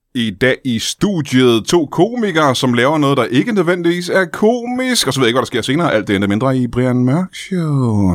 I dag i studiet 2 komikere, som laver noget, der ikke nødvendigvis er komisk. Og så ved jeg ikke, hvad der sker senere. Alt det endda mindre i Brian Mørk Show.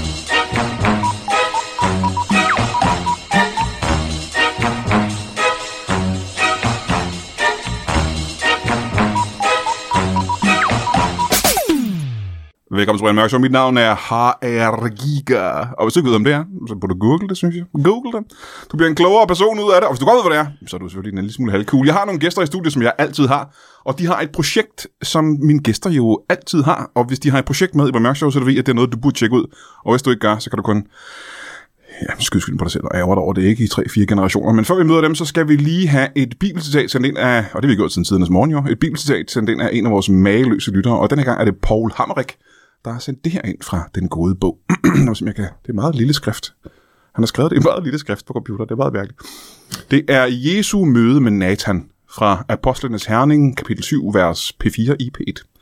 Velkommen til Brian Mørk Show. Mit navn er HR Giga. Og hvis du ikke ved, om det er, så burde du google det, synes jeg. Google det. Du bliver en klogere person ud af det. Og hvis du godt ved, hvad det er, så er du selvfølgelig en lille smule halvcool. Jeg har nogle gæster i studiet, som jeg altid har. Og de har et projekt, som mine gæster jo altid har. Og hvis de har et projekt med i Brian Mørk Show, så er det ved, at det er noget, du burde tjekke ud. Og hvis du ikke gør, så kan du kun... skylden på dig selv og ærger dig over det ikke i 3-4 generationer. Men før vi møder dem, så skal vi lige have et bibelcitat sendt ind af, og det har vi gjort siden tidernes morgen jo, et bibelcitat sendt ind af en af vores mageløse lyttere. Og denne gang er det Paul Hammerik, der har sendt det her ind fra Den Gode Bog. Det er meget lille skrift. Han har skrevet det i meget lille skrift på computer. Det er meget mærkeligt. Det er Jesu møde med Nathan fra Apostlenes Herning, kapitel 7, vers P4 i P1.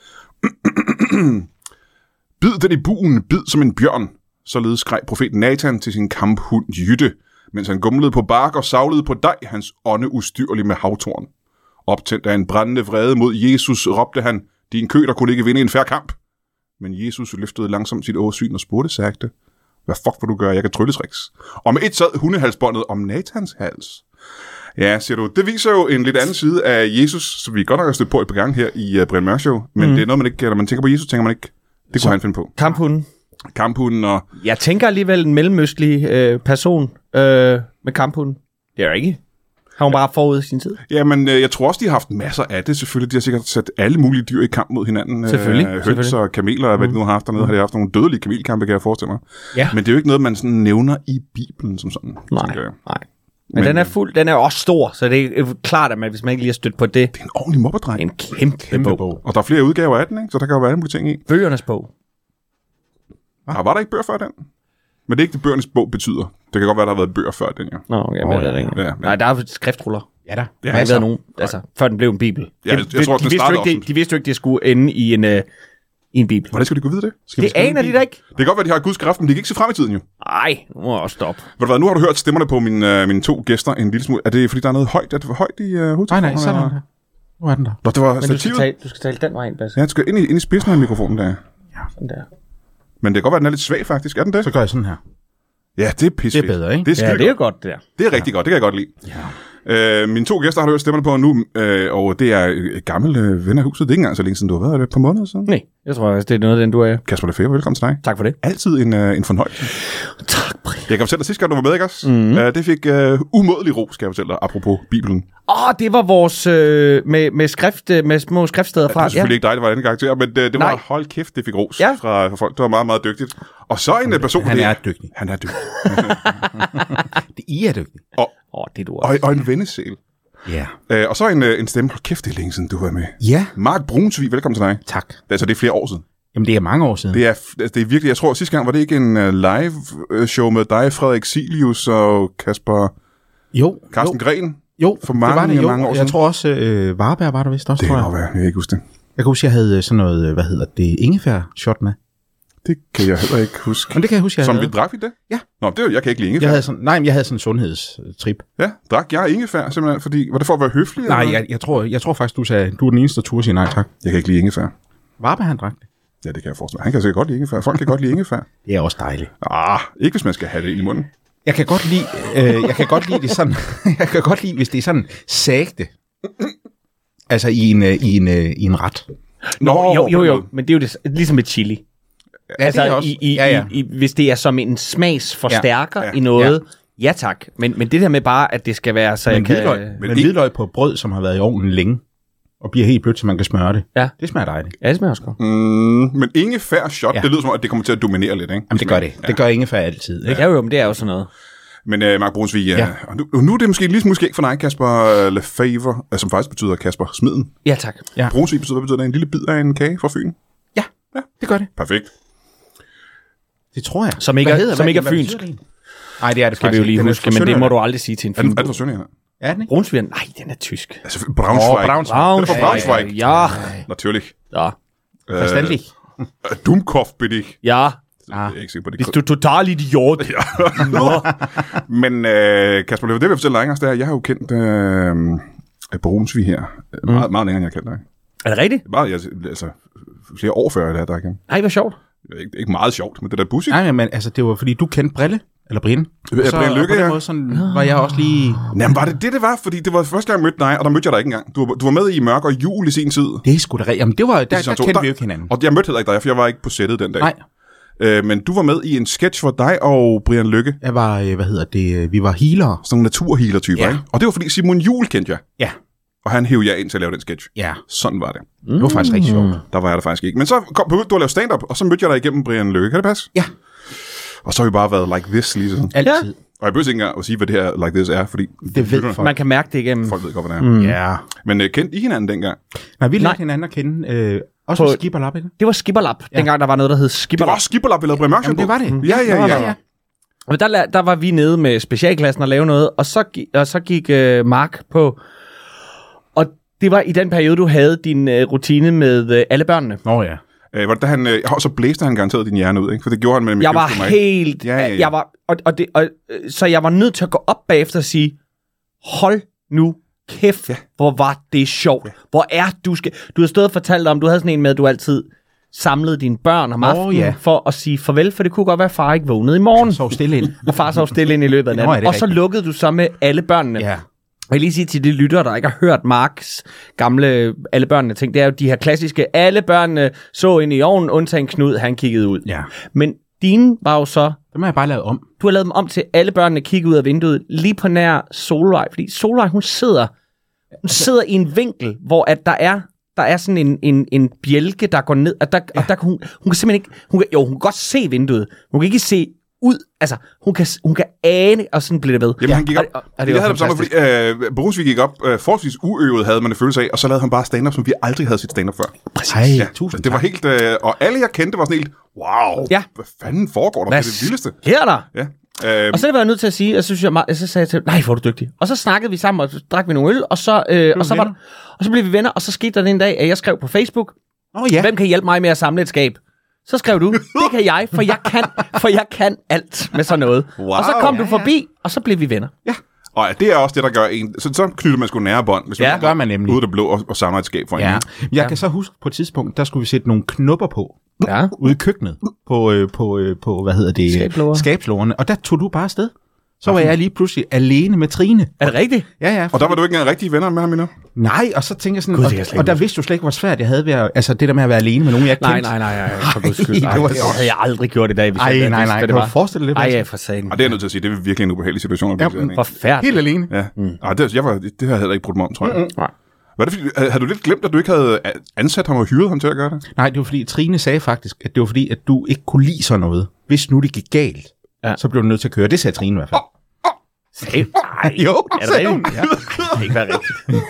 Bid den i buen, bid som en bjørn. Således skreg profeten Nathan til sin kamphund Jytte, mens han gumlede på bark og savlede på dej, hans ånde ustyrlig med havtorn. Optændt af en brændende vrede mod Jesus, råbte han, din køter kunne ikke vinde en fair kamp. Men Jesus løftede langsomt sit åsyn og spurgte sagte, hvad fuck vil du gøre, jeg kan trylletricks. Og med et sad hundehalsbåndet om Nathans hals. Ja, siger du, det viser jo en lidt anden side af Jesus, som vi godt nok har stødt på et par gange her i Brian Mørk Show, men det er noget, man ikke, når man tænker på Jesus, tænker man ikke, det kunne han finde på. Kamphunden og... Jeg tænker alligevel en mellemøstlig person med kamphunden. Det er ikke. Har hun bare forud i sin tid? Ja, men jeg tror også, de har haft masser af det. Selvfølgelig, de har sikkert sat alle mulige dyr i kamp mod hinanden. Selvfølgelig. Høns og kameler, hvad de nu har haft dernede. Har de haft nogle dødelige kamelkampe, kan jeg forestille mig. Ja. Men det er jo ikke noget, man sådan nævner i Bibelen som sådan. Nej. Men den er også stor, så det er klart, at hvis man ikke lige har stødt på det... Det er en ordentlig mobbedreng. En kæmpe bog. Og der er flere udgaver af den, ikke? Så der kan jo være alle mulige ting i. Bøgernes bog. Var der ikke bøger før den? Men det er ikke det, bøgernes bog betyder. Det kan godt være, der har været bøger før den, ja. Nå, okay, men det er det ikke. Ja. Nej, der er skriftruller. Ja, der. Der har ikke været nogen, før den blev en bibel. Ja, jeg tror, de vidste jo ikke, det skulle ende i en bibel. Hvordan skulle de gå videre det? Det aner de da ikke. Det kan godt være, de har Guds kraft, men de kan ikke se frem i tiden jo. Nej, nu må jeg også stoppe. Ved du hvad, nu har du hørt stemmerne på mine 2 gæster en lille smule. Er det fordi, der er noget højt? Er det for højt i hovedtelefonen? Nej, sådan der. Nu er den der. Nå, det var men du skal tale den vej ind, Basse. Ja, du skal ind i spidsen af mikrofonen der. Ja, sådan der. Men det kan godt være, at den er lidt svag faktisk. Er den det? Så gør jeg sådan her. Ja, det er pisse. Det er bedre, ikke? Det er det er godt, det der. Det er rigtig godt, det kan jeg godt lide. Ja. Mine 2 gæster har du hørt stemmerne på nu, og det er et gammelt ven af huset. Det er ikke engang så længe siden, du har været der et par måneder siden. Nej, jeg tror også, det er noget af den, du er. Kasper Lefebvre, velkommen til dig. Tak for det. Altid en fornøjelse. Tak, Brian. Jeg kan fortælle dig, sidste gang du var med, ikke også? Det fik umådelig ro, skal jeg fortælle dig, apropos Bibelen. Det var vores med små skriftsteder fra. Det var selvfølgelig ikke dig, der var anden karakter, men det var, hold kæft, det fik ros fra folk. Det var meget, meget dygtigt. Og så en person... Han er dygtig. Han er dygtig. I er dygtig. Det er du også. Og en vennesæl. Ja. Og så en stemme. Hold kæft, det er længe siden, du var med. Ja. Mark Brunsvig, velkommen til dig. Tak. Det er flere år siden. Jamen, det er mange år siden. Det er virkelig, jeg tror, sidste gang var det ikke en live show med dig, Frederik Silius og Kasper... Carsten Gren? Jo, for mange, det var det. Mange år siden. Jeg tror også, Varberg var der vist også, det tror jeg. Det kan være, jeg kan ikke huske det. Jeg kan huske, jeg havde sådan noget, ingefær-shot med. Det kan jeg heller ikke huske. Men det kan jeg huske, jeg havde. Som vi drak vi det? Ja. Nå, jeg kan ikke lide ingefær. Jeg havde sådan en sundhedstrip. Ja, drak jeg ingefær simpelthen, fordi... Var det for at være høflig? Nej, jeg tror faktisk, du sagde, du er den eneste, der turde sige nej tak. Jeg kan ikke lide ingefær. Varberg, han drak det. Ja, det kan jeg forestille mig. Han kan sikkert godt lide ingefær. Folk kan godt lide ingefær. Det er også dejligt. Ikke hvis man skal have det i munden. Jeg kan godt lide det sådan. Jeg kan godt lide, hvis det er sådan sagte. Altså i en ret. Jo, men det er jo det, ligesom med chili. Ja, altså det er også. Hvis det er som en smagsforstærker i noget, ja tak. Men det der med bare, at det skal være så men hvidløg på brød, som har været i ovnen længe, og bliver helt blødt, så man kan smøre det. Ja. Det smager dejligt. Ja, det smager også godt. Men ingefær shot, det lyder som om, at det kommer til at dominere lidt, ikke? Jamen det gør det. Det gør ingefær altid, ikke? Ja, men det er jo sådan noget. Men Mark Brunsvig, og nu er det måske en lille smule skægt for dig, Kasper Lefebvre, som faktisk betyder Kasper Smiden. Ja, tak. Ja. Brunsvig betyder, hvad betyder det? En lille bid af en kage fra Fyn? Ja, det gør det. Perfekt. Det tror jeg. Som ikke er fynsk. Nej, det er det skal vi jo lige huske, men det må du aldrig sige til en fynbo. Er det fra Sønderjylland? Er den ikke? Brunsvig? Nej, den er tysk. Altså Braunschweig. Braunschweig. Det er fra Braunschweig. Ja. Natürlich. Ja. Forstændig. Dumkopf bin ich. Ja. Jeg er ikke sikker på det. Hvis du er total idiot. Men Kasper Løve, det vil jeg fortælle dig, det er, jeg har jo kendt Brunsvig her. Meget, meget længere, end jeg kendte dig. Er det rigtigt? Meget, altså, flere år før jeg lærte dig igen. Ej, hvor sjovt. Ikke meget sjovt, men det der bussy. Nej, men altså, det var fordi, du kendte Brille, eller Brian. Brian Lykke, på den måde, sådan, var jeg også lige... Jamen, var det var? Fordi det var første gang, jeg mødte dig, og der mødte jeg dig ikke engang. Du var med i Mørk og Jul i sin tid. Det er sgu da rigtigt. Jamen, det var, der kendte vi jo ikke hinanden. Og jeg mødte heller ikke dig, for jeg var ikke på sættet den dag. Nej. Men du var med i en sketch for dig og Brian Lykke. Jeg var, vi var healere. Sådan nogle naturhealer-typer, Ja. ikke? Og det var fordi Simon Juhl kendte jeg. Ja. Og han hævde jeg ind til at lave den sketch. Ja. Sådan var det. Det var faktisk rigtig sjovt. Der var jeg der faktisk ikke. Men så begyndte du at lave stand-up, og så mødte jeg dig igennem Brian Lykke. Kan det passe? Ja. Og så har vi bare været like this lige sådan. Altid. Og jeg behøver ikke engang at sige, hvad det her like this er, fordi Det ved folk. Man kan mærke det igennem. folk ved godt, hvad det er. Ja. Men kendte I hinanden dengang? Nej, vi lærte hinanden at kende. Også på Skipperlap, ikke? Det var Skipperlap, dengang der var noget, der hed Det Skipperlap. var også Skipperlap, vi lavede Brian Mørk Show på. Det var det. Ja. Og der var vi nede med specialklassen og lave noget, og så gik Mark på. Og det var i den periode, du havde din rutine med alle børnene. Nå ja. Var det, da han, og så blæste han garanteret din hjerne ud, ikke? For det gjorde han med Jeg var helt... Ja. Jeg var, så jeg var nødt til at gå op bagefter og sige, hold nu kæft, hvor var det sjovt. Ja. Hvor er du... Du har stået og fortalt om, du havde sådan en med, at du altid samlede dine børn om aftenen for at sige farvel, for det kunne godt være, at far ikke vågnede i morgen. Sov stille ind. Og far sov stille ind i løbet af natten. Og så lukkede du så med alle børnene. Ja. Og jeg lige sige til de lyttere, der ikke har hørt Marks gamle alle børnene ting, det er jo de her klassiske, alle børnene så ind i ovnen, undtagen Knud, han kiggede ud. Ja. Men dine var jo så... Dem har jeg bare lavet om. Du har lavet dem om til alle børnene kigge ud af vinduet, lige på nær Solvej, fordi Solvej, hun sidder i en vinkel, hvor at der er sådan en bjælke, der går ned, og der kan hun kan simpelthen ikke... Hun kan godt se vinduet, hun kan ikke se ud, altså hun kan ane, og sådan bliver det ved. Jamen han gik op, jeg havde det samme, fordi Brunsvig gik op, forholdsvis uøvet havde man det følelse af, og så lavede han bare stand-up, som vi aldrig havde set stand-up før. Præcis. Tusind det var helt, og alle jeg kendte var sådan helt, wow, hvad fanden foregår der? Det er det vildeste. Her der? Ja. Og så var jeg nødt til at sige, så sagde jeg til, nej, hvor er du dygtig. Og så snakkede vi sammen, og så drak vi nogle øl, og så blev vi venner, og så skete der den dag, at jeg skrev på Facebook, hvem kan hjælpe mig med at samle et skab? Så skrev du, det kan jeg, for jeg kan alt med sådan noget. Wow, og så kom du forbi, og så blev vi venner. Ja. Og det er også det, der gør en... Så knytter man sgu nære bånd, hvis man gør man nemlig. Ud af det blå og samler et skab for en. Jeg kan så huske på et tidspunkt, der skulle vi sætte nogle knopper på. Ja. Ude i køkkenet. På hvad hedder det? Skabslårene. Og der tog du bare afsted. Så var jeg lige pludselig alene med Trine. Er det rigtigt? Ja. Og der var du ikke engang rigtige venner med ham endnu? Nej, og så tænker jeg sådan... Og der vidste du slet ikke, hvor svært jeg havde ved at... Altså det der med at være alene med nogen, jeg ikke kendte. Nej. For guds skyld. Det havde jeg aldrig gjort i dag, hvis jeg nej. Kan du forestille dig det? Ej, for satan. Og det er jeg nødt til at sige, det er virkelig en ubehagelig situation. Forfærdeligt. Helt alene. Ja. Det har jeg heller ikke brudt mig om, tror jeg. Nej. Var det fordi, havde du lidt glemt, at du ikke havde ansat ham og hyret ham til at gøre det? Nej, det var fordi, Trine sagde faktisk, at det var fordi, at du ikke kunne lide sådan noget. Hvis nu det gik galt, så blev du nødt til at køre. Det sagde Trine i hvert fald. Nej, jo, det sagde hun. Ja. Det kan ikke være rigtigt.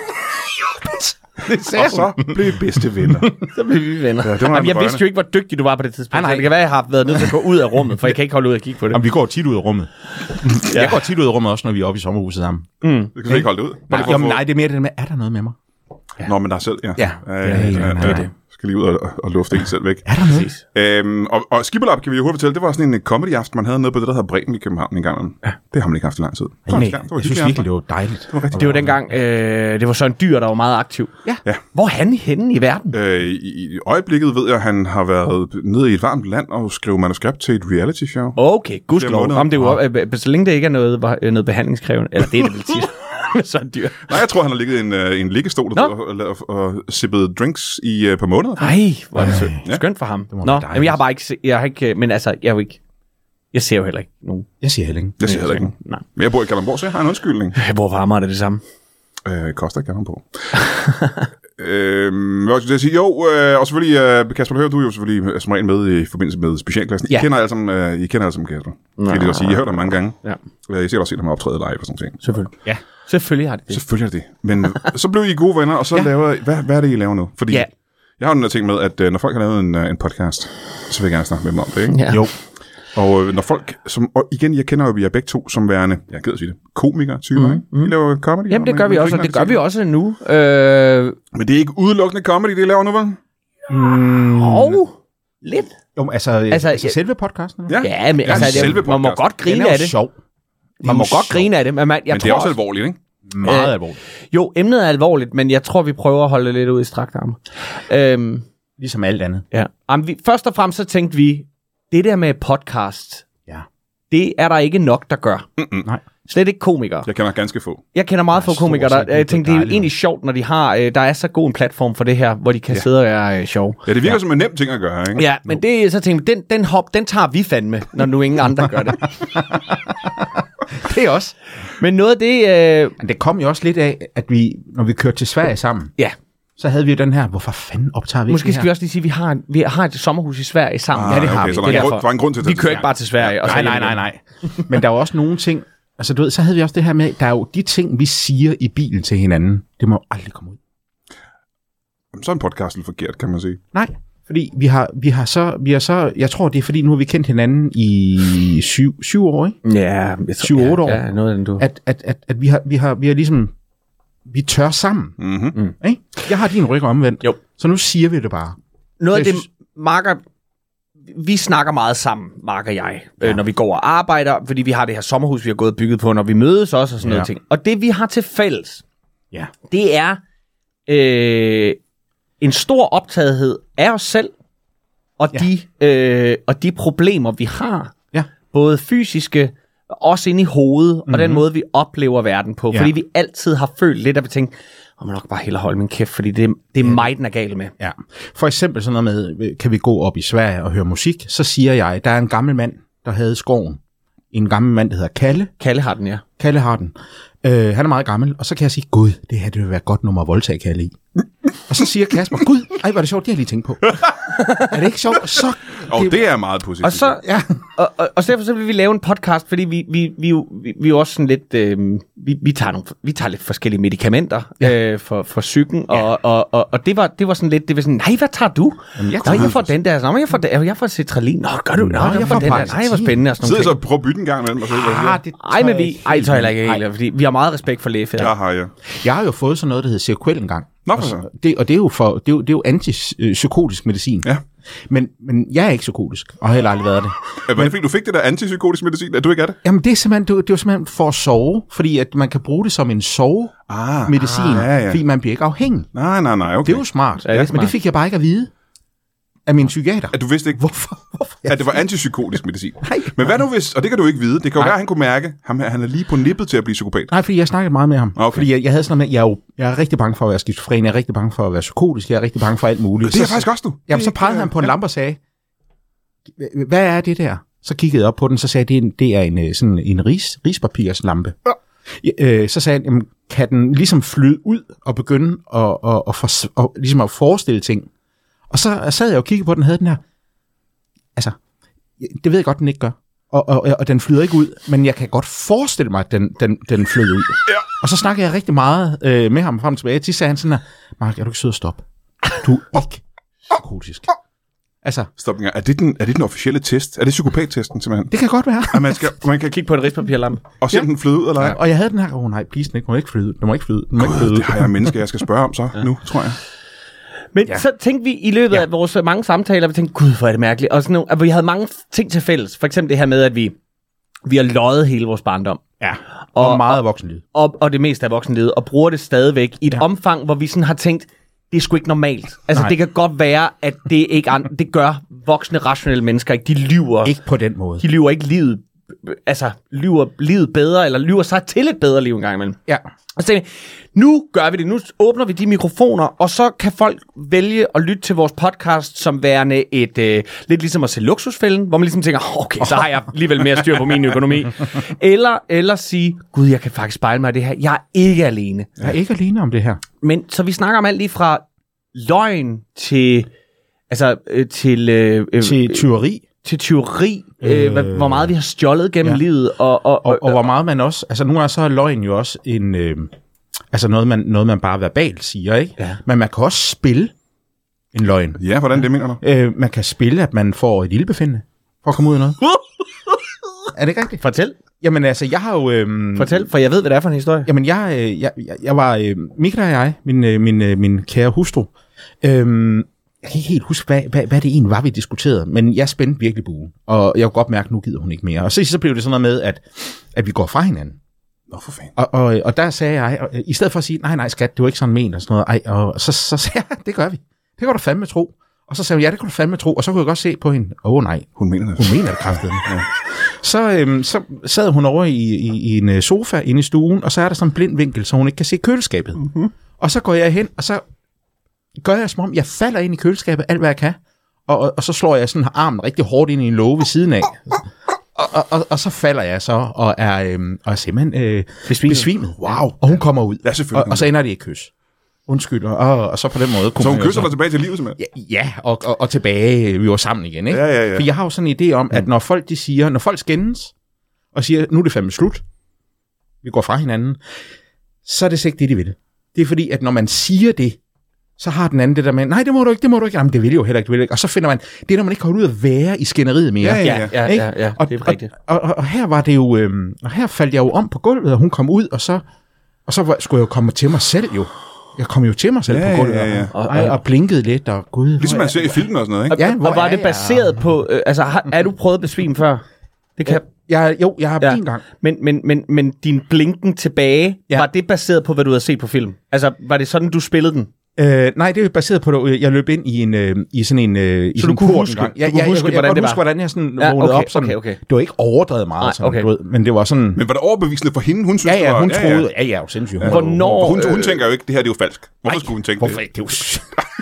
Det sagde og så blev vi bedste venner. Så blev vi venner. Ja, jeg vidste jo ikke, hvor dygtig du var på det tidspunkt. Nej. Det kan være, jeg har været nødt til at gå ud af rummet, for jeg kan ikke holde ud og kigge på det. Jamen, vi går tit ud af rummet. Jeg går tit ud af rummet også, når vi er oppe i sommerhuset sammen. Det kan vi ikke holde det ud. Nej, det er mere det med, er der noget med mig? Ja. Nå, men der er selv, Ja. Det skal lige ud og lufte en selv væk. Er der noget? Og Skipperlap, kan vi jo hurtigt fortælle, det var sådan en comedy-aften, man havde nede på det, der hedder Bremen i København en gang. Ja. Det har man ikke haft i lang tid. Nej, jeg synes virkelig, det var dejligt. Det var dengang, det var Søren Dyr, der var meget aktiv. Ja. Hvor er han henne i verden? I øjeblikket ved jeg, at han har været nede i et varmt land og skrevet manuskript til et reality-show. Okay, gudskelov. Om det jo, så længe det ikke er noget behandlingskrævende, eller det er det vel tit. Sådan dyr. Nej, jeg tror, han har ligget i en liggestol og sippet drinks i på måneder. Nej, hvor er det skønt for ham. Nå, jamen, jeg har bare ikke, men altså, jeg ser jo heller ikke nogen. Jeg ser heller ikke. Jeg ser heller ikke. Nej. Men jeg bor i Kalundborg, så jeg har en undskyldning. Hvor varmer er det samme? Koster Kalundborg. Hvad skal jeg sige? Jo, og selvfølgelig, Kasper Hører, du er jo selvfølgelig som regel med i forbindelse med specialklassen. I kender alle sammen Kasper. Skal det sige. Jeg har hørt ham mange gange. Ja. Jeg ser også set ham optræde live og sådan ting. Selvfølgelig. Ja. Selvfølgelig har det. Selvfølgelig er det. Men så blev I gode venner, og så laver hvad er det, I laver nu? Fordi jeg har jo en ting med, at når folk har lavet en podcast, så vil jeg gerne snakke med dem om det, ikke? Ja. Jo. Og når folk, og igen, jeg kender jo jer begge to som værende, jeg gider at sige det, komikere-typer, ikke? I laver comedy. Jamen, det gør vi også, og det gør vi også nu. Men det er ikke udelukkende comedy, det I laver nu, vel? Lidt. Jo, altså selve podcasten? Eller? Ja, men altså, man må godt grine af det. Sjov. Man må godt grine af det, men det er også alvorligt, ikke? Meget alvorligt. Jo, emnet er alvorligt, men jeg tror, vi prøver at holde det lidt ud i strakt arme. Ligesom alt andet. Ja. Først og fremmest så tænkte vi, det der med podcast, det er der ikke nok, der gør. Nej. Slet ikke komikere. Jeg kender ganske få. Jeg kender meget få komikere, der jeg tænkte, det er egentlig sjovt, når de har, der er så god en platform for det her, hvor de kan sidde og være sjov. Ja, det virker som en nem ting at gøre, ikke? Ja, men det, så tænkte vi, den tager vi fandme, når nu ingen andre gør det. Det er også. Men noget af det... Men det kom jo også lidt af, at når vi kørte til Sverige sammen, så havde vi jo den her, hvorfor fanden optager vi Måske skal vi også lige sige, at vi har et sommerhus i Sverige sammen. Ja, det har vi. Så der var en grund til det. Vi kører ikke bare til Sverige. Og Nej. Men der er også nogle ting, altså du ved, så havde vi også det her med, der er jo de ting, vi siger i bilen til hinanden, det må jo aldrig komme ud. Så er en podcast lidt forkert, kan man sige. Nej, fordi vi har så, jeg tror det er fordi, nu har vi kendt hinanden i 7 år, ikke? Ja, 7-8 år. Ja, noget af den du. At vi har ligesom, vi tør sammen. Mm-hmm. Ikke? Jeg har din ryg omvendt, jo. Så nu siger vi det bare. Noget af det, Marker, vi snakker meget sammen, Mark og jeg, når vi går og arbejder, fordi vi har det her sommerhus, vi har gået og bygget på, når vi mødes også og sådan noget ting. Og det, vi har til fælles, det er en stor optagethed af os selv, og de problemer, vi har, både fysiske, også inde i hovedet, og den måde, vi oplever verden på. Fordi vi altid har følt lidt, at vi tænker, man nok bare hellere holde min kæft, fordi det er mig, den er gal med. Ja. For eksempel sådan noget med, kan vi gå op i Sverige og høre musik, så siger jeg, der er en gammel mand, der havde skoven. En gammel mand, der hedder Kalle. Kalle har den, ja. Kalle har den. Han er meget gammel, og så kan jeg sige, gud, det her det vil være godt nummer at voldtage Kalle i. Og så siger Kasper, gud, ej, var det sjovt, det har jeg lige tænkt på. Er det ikke sjovt? Så... det er meget positivt. Og så, og derfor så vil vi lave en podcast, fordi vi er også sådan lidt, vi tager lidt forskellige medicamenter for psyken, og det var sådan lidt, det var sådan, nej, hvad tager du? Jamen, jeg får den der, jeg får Citralin. Nå, gør du? Jeg får den der. Nej, hvor spændende. Sidder så og prøver at bytte en gang imellem. Ej, så heller ikke helt, fordi vi har meget respekt for lægefædre. Jeg har jo fået sådan noget, der hedder Sequel engang. Og det er jo antipsykotisk medicin. Ja. Men jeg er ikke psykotisk, og har heller aldrig været det. Var det fordi, du fik det der antipsykotisk medicin, at du ikke er det? Jamen, det var simpelthen for at sove, fordi at man kan bruge det som en sovemedicin, fordi man bliver ikke afhængig. Nej, okay. Det er jo smart, men det fik jeg bare ikke at vide af min psykiater. At du vidste ikke, hvorfor? At det var antipsykotisk medicin. Nej. Men hvad nu hvis, og det kan du ikke vide, det kan jo være, at han kunne mærke, han er lige på nippet til at blive psykopat. Nej, fordi jeg snakkede meget med ham. Okay. Fordi jeg havde sådan noget med, jeg er rigtig bange for at være skizofren, jeg er rigtig bange for at være psykotisk, jeg er rigtig bange for alt muligt. Det er faktisk også du. Jamen, så pegede han på en lampe og sagde, hvad er det der? Så kiggede jeg op på den, så sagde jeg, det er en rispapirslampe. Ja. Så sagde han, kan den ligesom flyde ud og begynde ligesom at forestille ting? Og så sad jeg og kiggede på den, havde den her, altså, det ved jeg godt, den ikke gør. Og den flyder ikke ud, men jeg kan godt forestille mig, at den flyder ud. Ja. Og så snakkede jeg rigtig meget med ham frem og tilbage. Til sagde han sådan her, Mark, er du ikke sød at stoppe? Du er ikke psykotisk. Altså, stop en gang. Er det den officielle test? Er det psykopattesten simpelthen? Det kan godt være. At man kan kigge på en rispapirlampe. Og se, om den flyder ud, eller ej? Og jeg havde den her, nej, please, den må ikke flyde ud. Den må ikke flyde ud. Det har jeg mennesker, jeg skal spørge om så nu, tror jeg. Men så tænkte vi i løbet af vores mange samtaler, vi tænkte, gud, hvor er det mærkeligt. Og sådan nogle, at vi havde mange ting til fælles. For eksempel det her med, at vi har løjet hele vores barndom. Ja, og meget af voksenlivet. Og det meste af voksenlivet, og bruger det stadigvæk i et omfang, hvor vi sådan har tænkt, det er sgu ikke normalt. Altså, det kan godt være, at det ikke det gør voksne, rationelle mennesker ikke. De lyver. Ikke på den måde. De lyver ikke livet, altså lyver livet bedre, eller lyver sig til et bedre liv en gang imellem. Ja. Og så tænkte vi, nu gør vi det. Nu åbner vi de mikrofoner, og så kan folk vælge at lytte til vores podcast som værende et lidt ligesom at se Luksusfælden, hvor man ligesom tænker, okay, så har jeg alligevel mere styr på min økonomi. Eller sige, gud, jeg kan faktisk spejle mig af det her. Jeg er ikke alene. Jeg er ikke alene om det her. Men så vi snakker om alt lige fra løgn til tyveri. Til tyveri, hvor meget vi har stjålet gennem livet. Og hvor meget man også, altså nu er så løgn jo også en, altså noget man bare verbalt siger, ikke? Ja. Men man kan også spille en løgn. Ja, hvordan det mener du? Man kan spille, at man får et ildbefindende for at komme ud af noget. Er det ikke rigtigt? Fortæl. Jamen altså, jeg har jo... Fortæl, for jeg ved, hvad det er for en historie. Jamen, jeg var... Mikael og jeg, min kære hustru, jeg kan ikke helt huske, hvad det egentlig var, vi diskuterede, men jeg spændte virkelig buen, og jeg kunne godt mærke, at nu gider hun ikke mere. Og så blev det sådan noget med, at vi går fra hinanden. Nå, for fanden. Og der sagde jeg, i stedet for at sige, nej skat, det var ikke sådan ment og sådan noget, og så sagde jeg, det gør vi. Det kan du fandme tro. Og så sagde hun, ja, det kunne du fandme tro. Og så kunne jeg godt se på hende, nej. Hun mener det. Hun mener det kraftedeme. Ja. Så sad hun over i en sofa inde i stuen, og så er der sådan en blind vinkel, så hun ikke kan se køleskabet. Mm-hmm. Og så går jeg hen, og så gør jeg som om, jeg falder ind i køleskabet, alt hvad jeg kan. Og så slår jeg sådan armen rigtig hårdt ind i en låge ved siden af. Og så falder jeg så, og er simpelthen besvimet. Wow. Og hun kommer ud, og så ender det i kys. Undskyld, og så på den måde... Så hun kysser dig tilbage til livet, simpelthen? Ja, og tilbage, vi var sammen igen, ikke? Ja. For jeg har jo sådan en idé om, at når folk skændes, og siger, nu er det fandme slut, vi går fra hinanden, så er det ikke det, de vil. Det er fordi, at når man siger det, så har den anden det der med, nej, det må du ikke. Jamen, det vil jeg jo heller ikke, Og så finder man, det er, når man ikke kommer ud at være i skænderiet mere. Ja, det er rigtigt. Og her var det jo, og her faldt jeg jo om på gulvet, og hun kom ud, og så skulle jeg jo komme til mig selv jo. Jeg kom jo til mig selv på gulvet, og blinkede lidt, og gud... Ligesom man ser i filmen og sådan noget, ikke? Ja, og var det baseret på... er du prøvet at besvime før? Det kan... Jeg har en gang. Men din blinken tilbage, var det baseret på, hvad du havde set på film? Altså, var det sådan, du spillede den? Nej, det er baseret på, at jeg løb ind i sådan en så du kunne huske, hvordan det var? Hvordan jeg sådan vågnede op. Sådan. Okay. Det var ikke overdrevet meget, men det var sådan... Men var det overbevisende for hende? Hun synes, det var... hun troede... Ja, jo, sindssygt. Hun tænker jo ikke, det her det er jo falsk. Hvorfor skulle hun tænke det? Det er jo...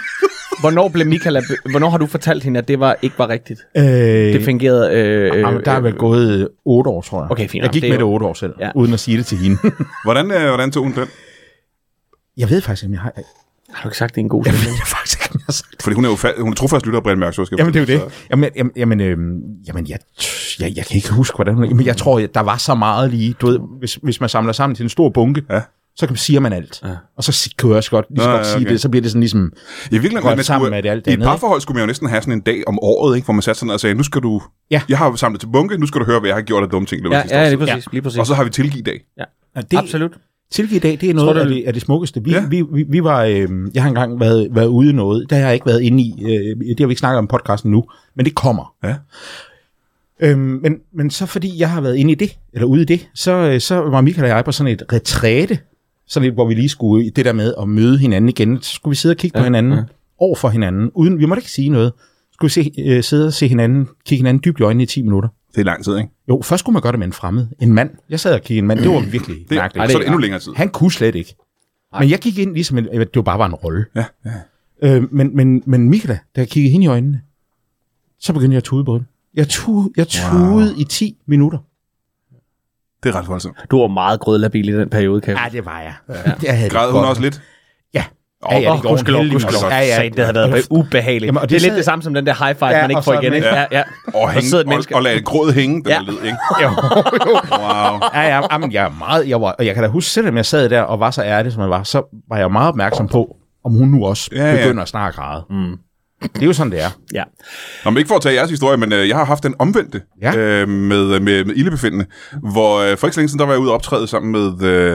Hvornår har du fortalt hende, at det ikke var rigtigt? Det fungerede... der er vel gået 8 år, tror jeg. Okay, fint. Jeg gik med det 8 år selv, uden at sige det til hende. Hvordan tog hun den? Jeg ved faktisk ikke, om jeg har... Har du ikke sagt, det er en god stemning? Jeg ved faktisk ikke, om jeg har sagt det. Fordi hun er trofast lytter af Brian Mørk Show. Jamen, det er jo det. Jamen, jeg kan ikke huske, hvordan hun... Men jeg tror, der var så meget lige... Du ved, hvis man samler sammen til en stor bunke, så siger man alt. Ja. Og så kan jeg også godt sige det, så bliver det sådan ligesom... I virkeligheden, sammen med det alt andet. I et parforhold skulle man jo næsten have sådan en dag om året, ikke, hvor man satte sådan og sagde, nu skal du... Ja. Jeg har samlet til bunke, nu skal du høre, hvad jeg har gjort af dumme ting. Ja, lige præcis. Og så har vi tilgiv-dag. Ja, absolut. Tilgiv-dag, det er noget af det smukkeste. Vi var... jeg har engang været ude i noget, der har jeg ikke været inde i. Det har vi ikke snakket om podcasten nu, men det kommer. Ja. Men så fordi jeg har været inde i det, eller ude i det, så var Michael og jeg på sådan et retræte, sådan lidt, hvor vi lige skulle det der med at møde hinanden igen. Så skulle vi sidde og kigge på hinanden, over for hinanden, uden, vi måtte ikke sige noget. Skulle vi sidde og kigge hinanden dybt i øjnene i 10 minutter. Det er lang tid, ikke? Jo, først skulle man gøre det med en fremmed. En mand. Jeg sad og kiggede en mand. Det var virkelig mærkeligt. Så er det endnu længere tid. Han kunne slet ikke. Men jeg gik ind ligesom, at det bare var en rolle. Ja. Men Michael, da jeg kiggede hende i øjnene, så begyndte jeg at tude på den. Jeg tudede i 10 minutter. Det er ret voldsomt. Du var meget grødlabil i den periode, Kevin. Ja, det var jeg. Ja. Græd hun også lidt? Ja. Gudskelov. Det havde været ubehageligt. Jamen, det er lidt det samme som den der high five, man ikke får igen, ikke? Ja. Og lade gråd hænge, den er led, ikke? Jo. Wow. Men jeg er meget... Og jeg kan da huske, selvom jeg sad der og var så ærlig, som jeg var, så var jeg meget opmærksom på, om hun nu også begynder at snart græde. Mm. Det er jo sådan, det er. Ja. Nå, men ikke for at tage jeres historie, men jeg har haft den omvendte med ildebefindende, hvor for ikke så længe siden, der var jeg ude og optræde sammen med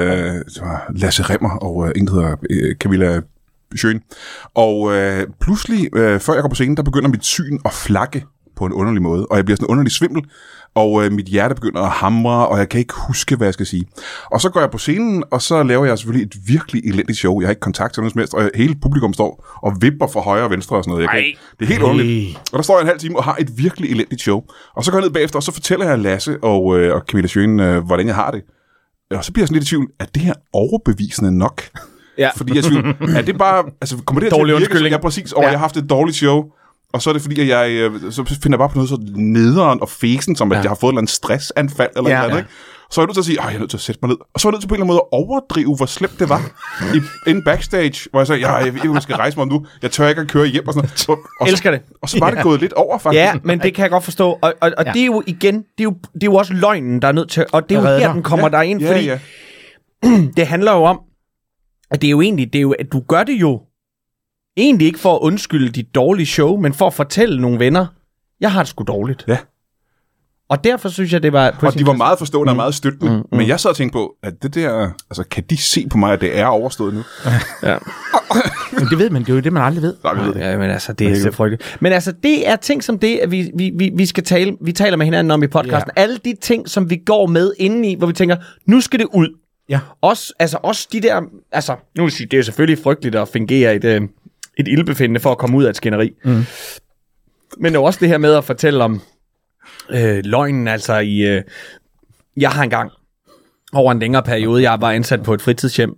Lasse Remmer og en, der hedder Camilla Schön. Og pludselig, før jeg går på scenen, der begynder mit syn at flakke på en underlig måde, og jeg bliver sådan underlig svimmel, og mit hjerte begynder at hamre, og jeg kan ikke huske, hvad jeg skal sige. Og så går jeg på scenen, og så laver jeg selvfølgelig et virkelig elendigt show. Jeg har ikke kontakt til noget som helst, og hele publikum står og vipper fra højre og venstre og sådan noget. Det er helt underligt. Og der står jeg en halv time og har et virkelig elendigt show. Og så går jeg ned bagefter, og så fortæller jeg Lasse og Camilla Schön, hvordan jeg har det. Og så bliver jeg sådan lidt i tvivl, er det her overbevisende nok? Ja. Fordi jeg tvivl, er det bare... Altså, kommer det her til at virke, jeg præcis over, jeg har haft et dårligt show, og så er det fordi, at jeg så finder jeg bare på noget så nederen og fesen, som at jeg har fået et eller andet stressanfald eller noget andet, ikke? Så er jeg nødt til at sige, jeg er nødt til at sætte mig ned. Og så er jeg nødt til på en eller anden måde at overdrive, hvor slemt det var. Inden backstage, hvor jeg sagde, jeg skal rejse mig nu. Jeg tør ikke at køre hjem og sådan noget. Elsker det. Og så var det gået lidt over, faktisk. Ja, men det kan jeg godt forstå. Og det er jo igen, det er jo også løgnen, der er nødt til, og det er jo her, den kommer derind, fordi det handler jo om, at det er jo at du gør det jo egentlig ikke for at undskylde dit dårlige show, men for at fortælle nogle venner, jeg har det sgu dårligt. Ja. Og derfor synes jeg, det var... Og de var meget forstående og meget støttende. Men jeg sad og tænkte på, at det der... Altså, kan de se på mig, at det er overstået nu? Ja. Men det ved man, det er jo det, man aldrig ved. Nej, ved det. Ja, men altså, det er så frygteligt. Men altså, det er ting som det, at vi skal tale... Vi taler med hinanden om i podcasten. Ja. Alle de ting, som vi går med indeni, hvor vi tænker, nu skal det ud. Ja. Også de der... Altså, nu vil jeg sige, det er selvfølgelig frygteligt at fingere et ildbefindende for at komme ud af et skænderi. Mm. Men det er også det her med at fortælle om løgnen, altså i... jeg har engang over en længere periode, jeg var ansat på et fritidshjem,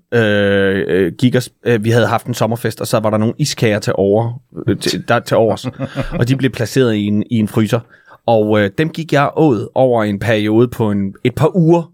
vi havde haft en sommerfest, og så var der nogle iskager til overs, og de blev placeret i en fryser. Og dem gik jeg over en periode på et par uger,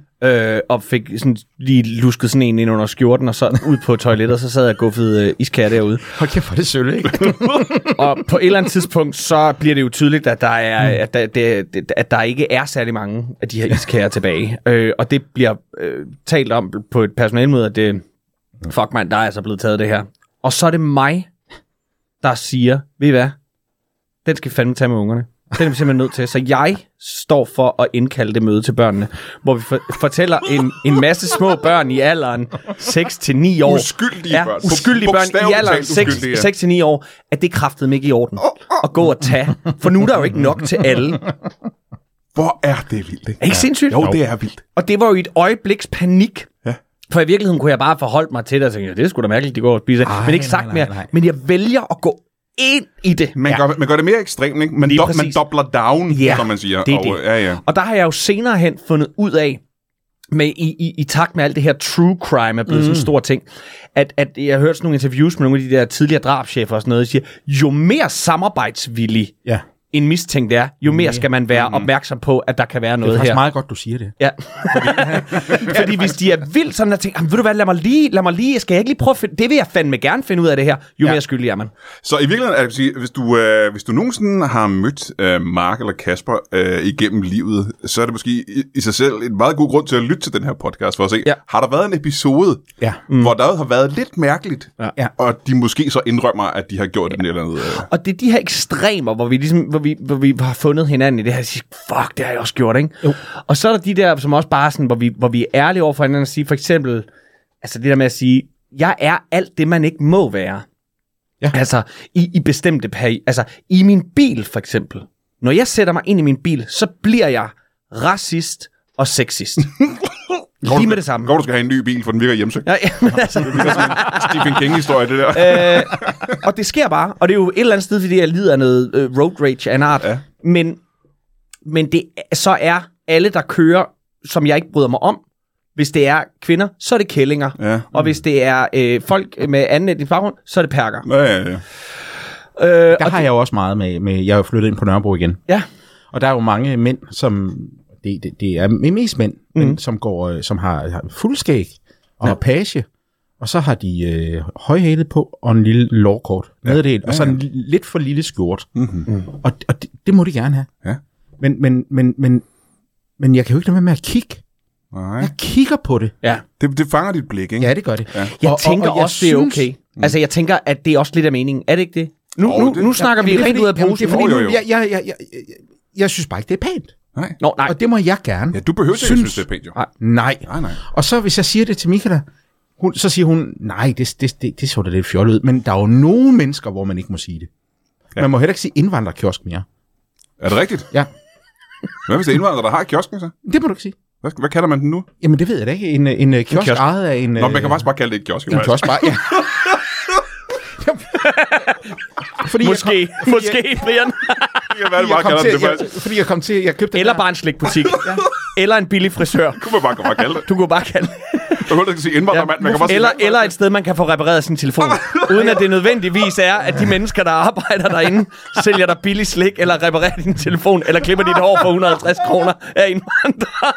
og fik sådan, lige lusket sådan en ind under skjorten, og så ud på toilettet, og så sad jeg og guffede iskager derude. Hold kæft, hvor det sølle, ikke? Og på et eller andet tidspunkt, så bliver det jo tydeligt, at der er, at der ikke er særlig mange af de her iskager tilbage. Og det bliver talt om på et personalemøde, at det, fuck man, der er altså blevet taget det her. Og så er det mig, der siger, ved I hvad? Den skal fandme tage med ungerne. Det er vi simpelthen nødt til. Så jeg står for at indkalde det møde til børnene, hvor vi fortæller en masse små børn i alderen 6-9 år. Uskyldige børn. Uskyldige børn i alderen 6-9 år, at det kraftede mig ikke i orden at gå og tage. For nu er der jo ikke nok til alle. Hvor er det vildt, ikke? Er ikke sindssygt? Jo, det er vildt. Og det var jo et øjebliks panik. Ja. For i virkeligheden kunne jeg bare forholde mig til det og tænke, det er sgu da mærkeligt, de går og spiser. Men ikke sagt mere. Men jeg vælger at gå ind i det. Man gør det mere ekstremt, ikke? Man dobler down, som man siger. Det er det. Og der har jeg jo senere hen fundet ud af, med i takt med alt det her true crime er blevet sådan en stor ting, at jeg har hørt sådan nogle interviews med nogle af de der tidligere drabschefer og sådan noget, der siger, jo mere samarbejdsvillig en mistænkt er, jo mere skal man være opmærksom på, at der kan være noget her. Det er faktisk meget godt, du siger det. Ja. Fordi hvis de er vildt sådan, at tænker, ved du hvad, lad mig lige, skal jeg ikke lige prøve det vil jeg fandme gerne finde ud af det her, jo mere skyldig er man. Så i virkeligheden, er det sige, hvis du nogensinde har mødt Mark eller Kasper igennem livet, så er det måske i sig selv en meget god grund til at lytte til den her podcast, for at se, har der været en episode, hvor der har været lidt mærkeligt, og de måske så indrømmer, at de har gjort det eller andet. Og det er de her ekstremer, hvor vi ligesom hvor vi har fundet hinanden i det her, og siger, fuck, det har jeg også gjort, ikke? Jo. Og så er der de der, som også bare sådan, hvor vi er ærlige over for hinanden og sige, for eksempel, altså det der med at sige, jeg er alt det, man ikke må være. Ja. Altså, i bestemte altså, i min bil, for eksempel. Når jeg sætter mig ind i min bil, så bliver jeg racist og sexist. Lige med det samme. Går du skal have en ny bil, for den virker hjemsøgt. Ja, men altså. Det virker sådan en Stephen King-historie, det der. Og det sker bare, og det er jo et eller andet sted, fordi jeg lider af noget road rage af en art. Ja. Men det så er alle, der kører, som jeg ikke bryder mig om. Hvis det er kvinder, så er det kællinger. Ja. Og hvis det er folk med anden etnisk baggrund, så er det perker. Ja. Der har jeg jo også meget med. Jeg er jo flyttet ind på Nørrebro igen. Ja. Og der er jo mange mænd, som... Det er mest mænd, som har fuldskæg og page, og så har de højhælet på og en lille lårkort nederdel, og så en lidt for lille skjort. Og det må de gerne have. Ja. Men jeg kan jo ikke lade være med at kigge. Nej. Jeg kigger på det. Ja. Det fanger dit blik, ikke? Ja, det gør det. Ja. Jeg tænker og også, det er okay. Altså, jeg tænker, at det er også lidt af meningen. Er det ikke det? Nu snakker vi rent ud af posen. Jeg synes bare ikke, det er pænt. Nej. Og det må jeg gerne. Ja, du behøver ikke synes det er pænt, jo. Nej. Og så hvis jeg siger det til Michaela, så siger hun, nej, det så da lidt fjollet ud. Men der er jo nogle mennesker, hvor man ikke må sige det. Ja. Man må heller ikke sige indvandrerkiosk mere. Er det rigtigt? Ja. Hvad hvis det er indvandrere, der har kiosken så? Det må du ikke sige. Hvad kalder man den nu? Jamen det ved jeg da ikke. En kiosk ejet af en... Nå, man kan faktisk bare kalde det et kiosk. En kiosk bare, ja. Måske, Brian. Fordi jeg kom til, jeg købte eller bare en slikbutik. Eller en billig frisør. Kunne man bare kalde det. Du kunne bare kalde det. Du kunne ikke sige indvandrermand. Man kan bare eller et sted, man kan få repareret sin telefon. Uden at det nødvendigvis er, at de mennesker, der arbejder derinde, sælger dig billig slik, eller reparerer din telefon, eller klipper dit hår for 150 kroner af indvandrere.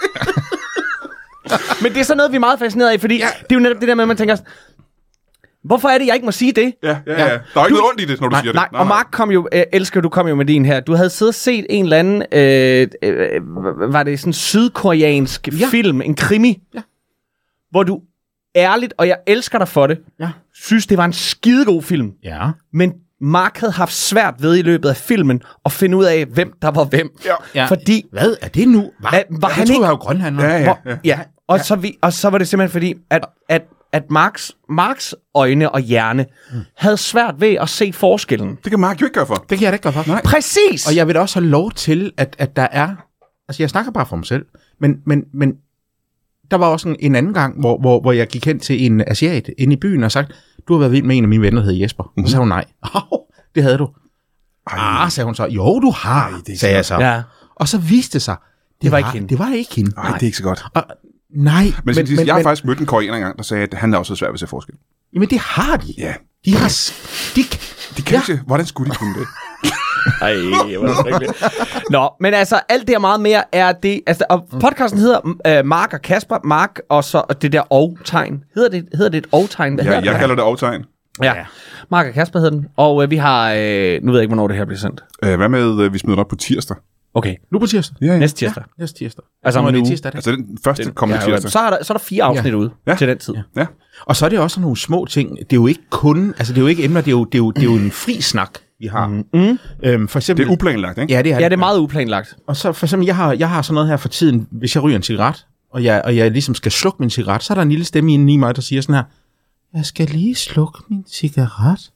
Men det er så noget, vi er meget fascineret af, fordi det er jo netop det der med, at man tænker, hvorfor er det, jeg ikke må sige det? Ja. Der er ikke noget ondt i det, når du siger det. Nej, og Mark kom jo, du kom jo med din her. Du havde siddet og set en eller anden, var det sådan en sydkoreansk film, en krimi, hvor du ærligt, og jeg elsker dig for det, synes, det var en skidegod film. Ja. Men Mark havde haft svært ved i løbet af filmen at finde ud af, hvem der var hvem. Ja. Fordi... Hvad er det nu? Var han ikke... tror jeg jo grønhandler. Ja. Og så var det simpelthen fordi, at Marks øjne og hjerne havde svært ved at se forskellen. Det kan Mark jo ikke gøre for. Det kan jeg da ikke gøre for. Nej. Præcis! Og jeg vil da også have lov til, at der er... Altså, jeg snakker bare for mig selv, men der var også en anden gang, hvor jeg gik hen til en asiat inde i byen og sagt, du har været vild med en af mine venner, der hedder Jesper. Og så sagde hun nej. Det havde du. Sagde hun så. Jo, du har, sagde jeg så. Ja. Og så viste det sig, det var ikke hende. Det var ikke hende. Nej, det er ikke så godt. Nej. Men jeg har faktisk mødt en koreaner engang, der sagde, at han er også svært ved at se forskel. Jamen, det har de. Ja. De har... De kan ikke. Hvordan skulle de kunne det? Ej, hvor er det frygteligt. Nå, men altså, alt det og meget mere er det... Altså, og podcasten hedder Mark og Kasper. Mark og så det der og-tegn. Hedder det et og-tegn? Ja, jeg kalder det og-tegn. Ja. Mark og Kasper hedder den. Og vi har... nu ved jeg ikke, hvornår det her bliver sendt. Hvad med, vi smider den op på tirsdag? Okay. Nu på tirsdag? Ja. Næste tirsdag. Ja, næste tirsdag. Altså om en uge. Tirsdag, altså den første kommende tirsdag. Så er der 4 afsnit ude til den tid. Ja. Og så er det også nogle små ting. Det er jo ikke kun... Altså, det er jo ikke emner. Det er jo en fri snak, vi har. For eksempel, det er uplanlagt, ikke? Ja, det er meget uplanlagt. Og så for eksempel, jeg har sådan noget her for tiden, hvis jeg ryger en cigaret, og jeg ligesom skal slukke min cigaret, så er der en lille stemme inde i mig, der siger sådan her, jeg skal lige slukke min cigaret.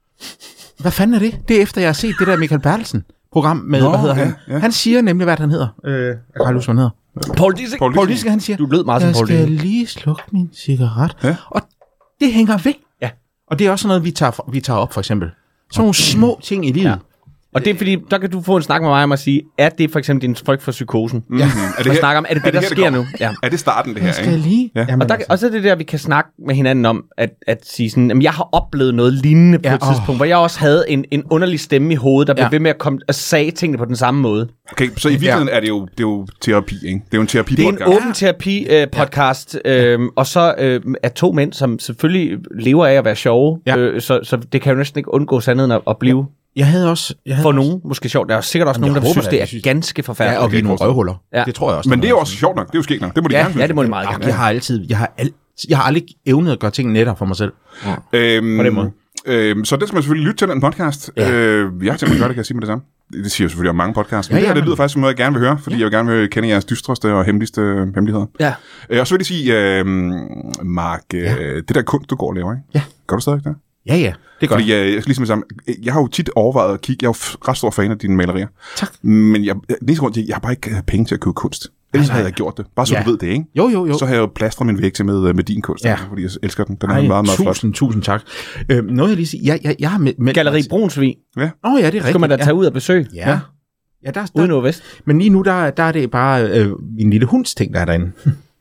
Hvad fanden er det? Det er efter, jeg har set det der Michael Bertelsen-program med, hvad hedder han? Ja. Han siger nemlig, hvad han hedder. Jeg kan ikke huske, hvad han hedder. Paul Dissing, han siger, du lød meget som Paul jeg Dissing. skal lige slukke min cigaret. Ja. Og det hænger ved. Ja. Og det er også noget, vi tager op, for eksempel. Sådan nogle små ting i livet. Ja. Og det er fordi, der kan du få en snak med mig om at sige, er det for eksempel din frygt for psykosen? Ja. Er det snakker om, er det der sker nu? Ja. Er det starten, det her? Skal lige? Ja. Og så er det der, vi kan snakke med hinanden om, at sige sådan, jamen, jeg har oplevet noget lignende på et tidspunkt, hvor jeg også havde en underlig stemme i hovedet, der blev ved med at komme og sige tingene på den samme måde. Okay, så i virkeligheden er det jo terapi, ikke? Det er jo en terapi-podcast. Det er en åben terapi-podcast, og så er 2 mænd, som selvfølgelig lever af at være sjove, så det kan jo næsten ikke undgås andet end at blive... Jeg havde også for nogen måske sjovt. Der er sikkert også nogen, der synes, det er ganske forfærdeligt. Ja, og vi er nogle røvhuller. Ja. Det tror jeg også. Men det er jo også sjovt nok. Det er jo skægt nok. Det må de gerne. Ja, det må de meget gerne. Jeg har aldrig evnet at gøre ting nettere for mig selv. Ja. På den måde. Så det skal man selvfølgelig lytte til, den podcast. Ja. Jeg har tænkt mig at gøre det, kan jeg sige med det samme. Det siger jeg selvfølgelig om mange podcasts. Men det lyder faktisk som noget, jeg gerne vil høre, fordi jeg vil gerne vil kende jeres dystreste og hemmeligste hemmeligheder. Ja. Og så vil jeg sige, Mark, det der kunst, du går og laver, ikke? Ja. Gør du stadig det? Ja, det gør fordi jeg skal ligesom sammen. Jeg har jo tit overvejet at kigge. Jeg er jo ret stor fan af dine malerier. Tak. Men jeg har bare ikke penge til at købe kunst. Ellers havde jeg gjort det. Bare så du ved det, ikke? Jo. Så har jeg jo plastret min væg til med din kunst, fordi jeg elsker den. Den er meget, meget flot. Tusind tak. Noget jeg lige sige. Jeg har med Galleri Brunsvig. Ja. Ja, det er rigtigt. Skal man da tage ud og besøge? Ja, der uden Nordvest. Men lige nu, der er det bare min lille hunds ting, der er derinde.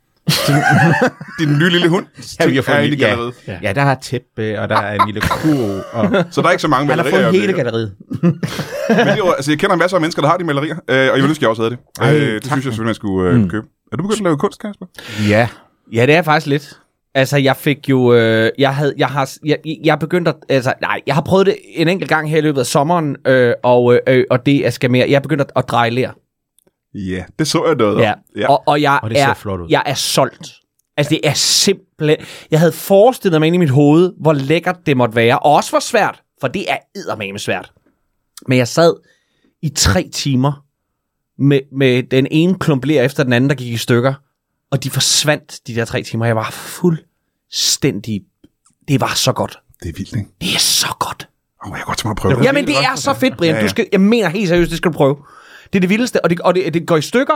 Din nye lille hund er inde i galleriet. Ja, der er tæppe, og der er en lille kurv. Så der er ikke så mange malerier. Han har fået hele galleriet. Men det er, altså, jeg kender masser af mennesker, der har de malerier, og jeg vil ønske, jeg også havde det. Det synes jeg selvfølgelig, man skulle købe. Er du begyndt at lave kunst, Kasper? Ja, det er faktisk lidt. Altså, jeg fik jo... Jeg har begyndt at... Altså, nej, jeg har prøvet det en enkelt gang her i løbet af sommeren, og det skal mere... Jeg er begyndt at dreje ler. Ja, det så jeg noget. Ja. Og jeg er solgt. Altså, det er simpelthen... Jeg havde forestillet mig ind i mit hoved, hvor lækkert det måtte være. Og også hvor svært, for det er eddermame svært. Men jeg sad i 3 timer med den ene klump ler efter den anden, der gik i stykker. Og de forsvandt, de der 3 timer. Jeg var fuldstændig... Det var så godt. Det er vildt, ikke? Det er så godt. Jeg kan godt tænke mig at prøve det. Jamen, det er så fedt, Brian. Jeg mener helt seriøst, det skal du prøve. Det er det vildeste, og det går i stykker,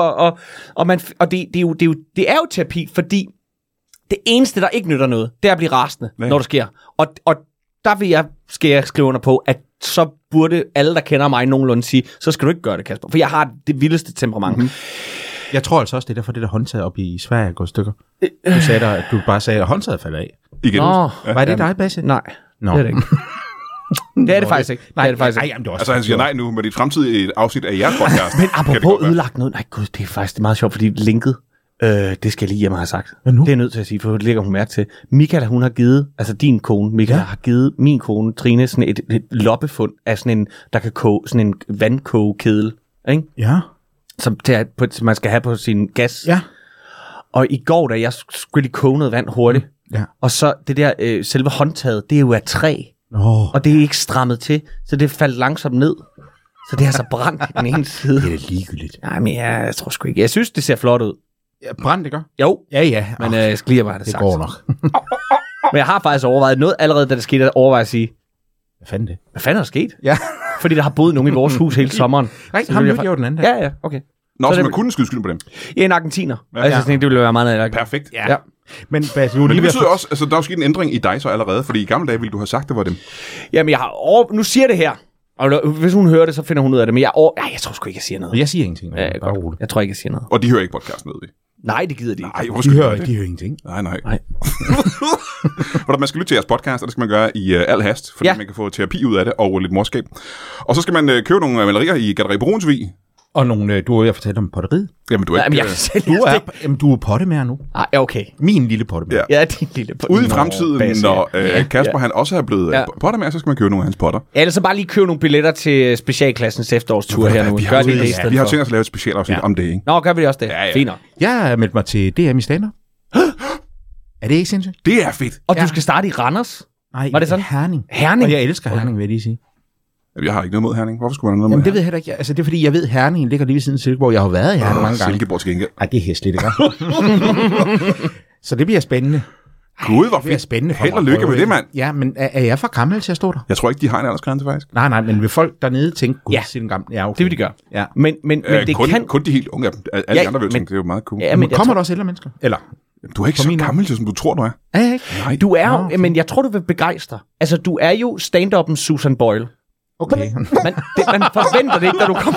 og det er jo terapi, fordi det eneste, der ikke nytter noget, det er at blive rasende, når det sker. Og der skal jeg skrive under på, at så burde alle, der kender mig nogenlunde sige, så skal du ikke gøre det, Kasper, for jeg har det vildeste temperament. Mm-hmm. Jeg tror altså også, det er derfor, det der håndtaget op i Sverige går i stykker. Du bare sagde, at håndtaget falder af. Igen. Var det dig, Basse? Nej, det er det ikke. Det er det faktisk ikke. Nej, altså han siger nej nu med dit fremtidige afsnit af jeres podcast. Men apropos ødelagt noget. Nej gud, det er faktisk meget sjovt, fordi linket, det skal jeg lige hjemme have sagt. Det er jeg nødt til at sige, for det lægger hun mærke til. Michael, hun har givet, altså din kone, Michael, har givet min kone, Trine, sådan et loppefund af sådan en, der kan koge, sådan en vandkogekedel. Ikke? Ja. Som man skal have på sin gas. Ja. Og i går, da jeg skulle lige koge noget vand hurtigt, og så det der selve håndtaget, det er jo af træ. Og det er ikke strammet til, så det faldt langsomt ned. Så det er så brændt i den ene side. Det er ligegyldigt. Nej, men jeg tror sgu ikke. Jeg synes, det ser flot ud. Ja, brændt, det gør? Jo. Ja. Men jeg skal lige have det sagt. Det går nok. Men jeg har faktisk overvejet noget allerede, da det skete, at overveje at sige, hvad fanden det? Hvad fanden er der sket? Ja. Fordi der har boet nogen i vores hus hele sommeren. Nej, ham mødte jeg jo den anden dag. Ja, okay. Nå, så man kunne skyde skylden på dem? Ja, en argentiner. Ja. Altså, jeg tænkte, det ville være meget nærmagt. Perfekt. Ja. Men det betyder også, altså der er sket en ændring i dig så allerede, fordi i gamle dage ville du have sagt, det var dem. Jamen, nu siger det her. Og hvis hun hører det, så finder hun ud af det. Men jeg tror sgu ikke, jeg siger noget. Jeg siger ingenting. Jeg tror ikke, jeg siger noget. Og de hører ikke podcasten, ved vi. Nej, det gider de ikke. Nej, de hører ingenting. Nej. Man skal lytte til jeres podcast, og det skal man gøre i al hast, fordi man kan få terapi ud af det og lidt morskab. Og så skal man købe nogle malerier i Galleri Brunsvig. Og nogle, du har jo fortalt om potteriet. Jamen, du er ikke... Du er pottemager nu. Okay. Min lille pottemager. Ja, din lille pottemager. Ude i fremtiden, når Kasper han også er blevet pottemager, så skal man købe nogle af hans potter. Ja, eller så bare lige købe nogle billetter til specialklassens efterårstur her nu. Vi har tænkt os at lave et specialafsnit om det, ikke? Nå, gør vi det også det? Ja. Fint. Jeg har meldt mig til DM i stand-up. Er det ikke sindssygt? Det er fedt. Og du skal starte i Randers? Nej, var det sådan? Herning. Og jeg elsker Herning, vil jeg lige sige. Jeg har ikke noget mod Herning. Hvorfor skulle man have noget mod Herning? Det ved jeg heller ikke. Altså, det er fordi, jeg ved, Herning ligger lige ved siden af Silkeborg. Jeg har været i Herning mange gange. Silkeborg til gengæld. Nej, det er hæsligt, ikke? Så det bliver spændende. Gud, hvor fedt. Det bliver spændende for mig. Held og lykke med det, mand. Ja, men er jeg for gammel til at stå der? Jeg tror ikke, de har en aldersgrænse, faktisk. Nej, men vil folk dernede tænke, gud, sin gamle... Ja, okay. Det vil de gøre. Ja. Men det kan... Kun de helt unge af dem. Alle de andre vil tænke, det er jo meget cool. Ja, men kommer der også ældre mennesker? Eller... Du er ikke så gammel, som du tror, du er. Er jeg ikke? Nej. Du er jo... Men jeg tror, du vil begejstre. Altså, du er jo stand-up'ens Susan Boyle. Okay. Man forventer det ikke, da du kommer.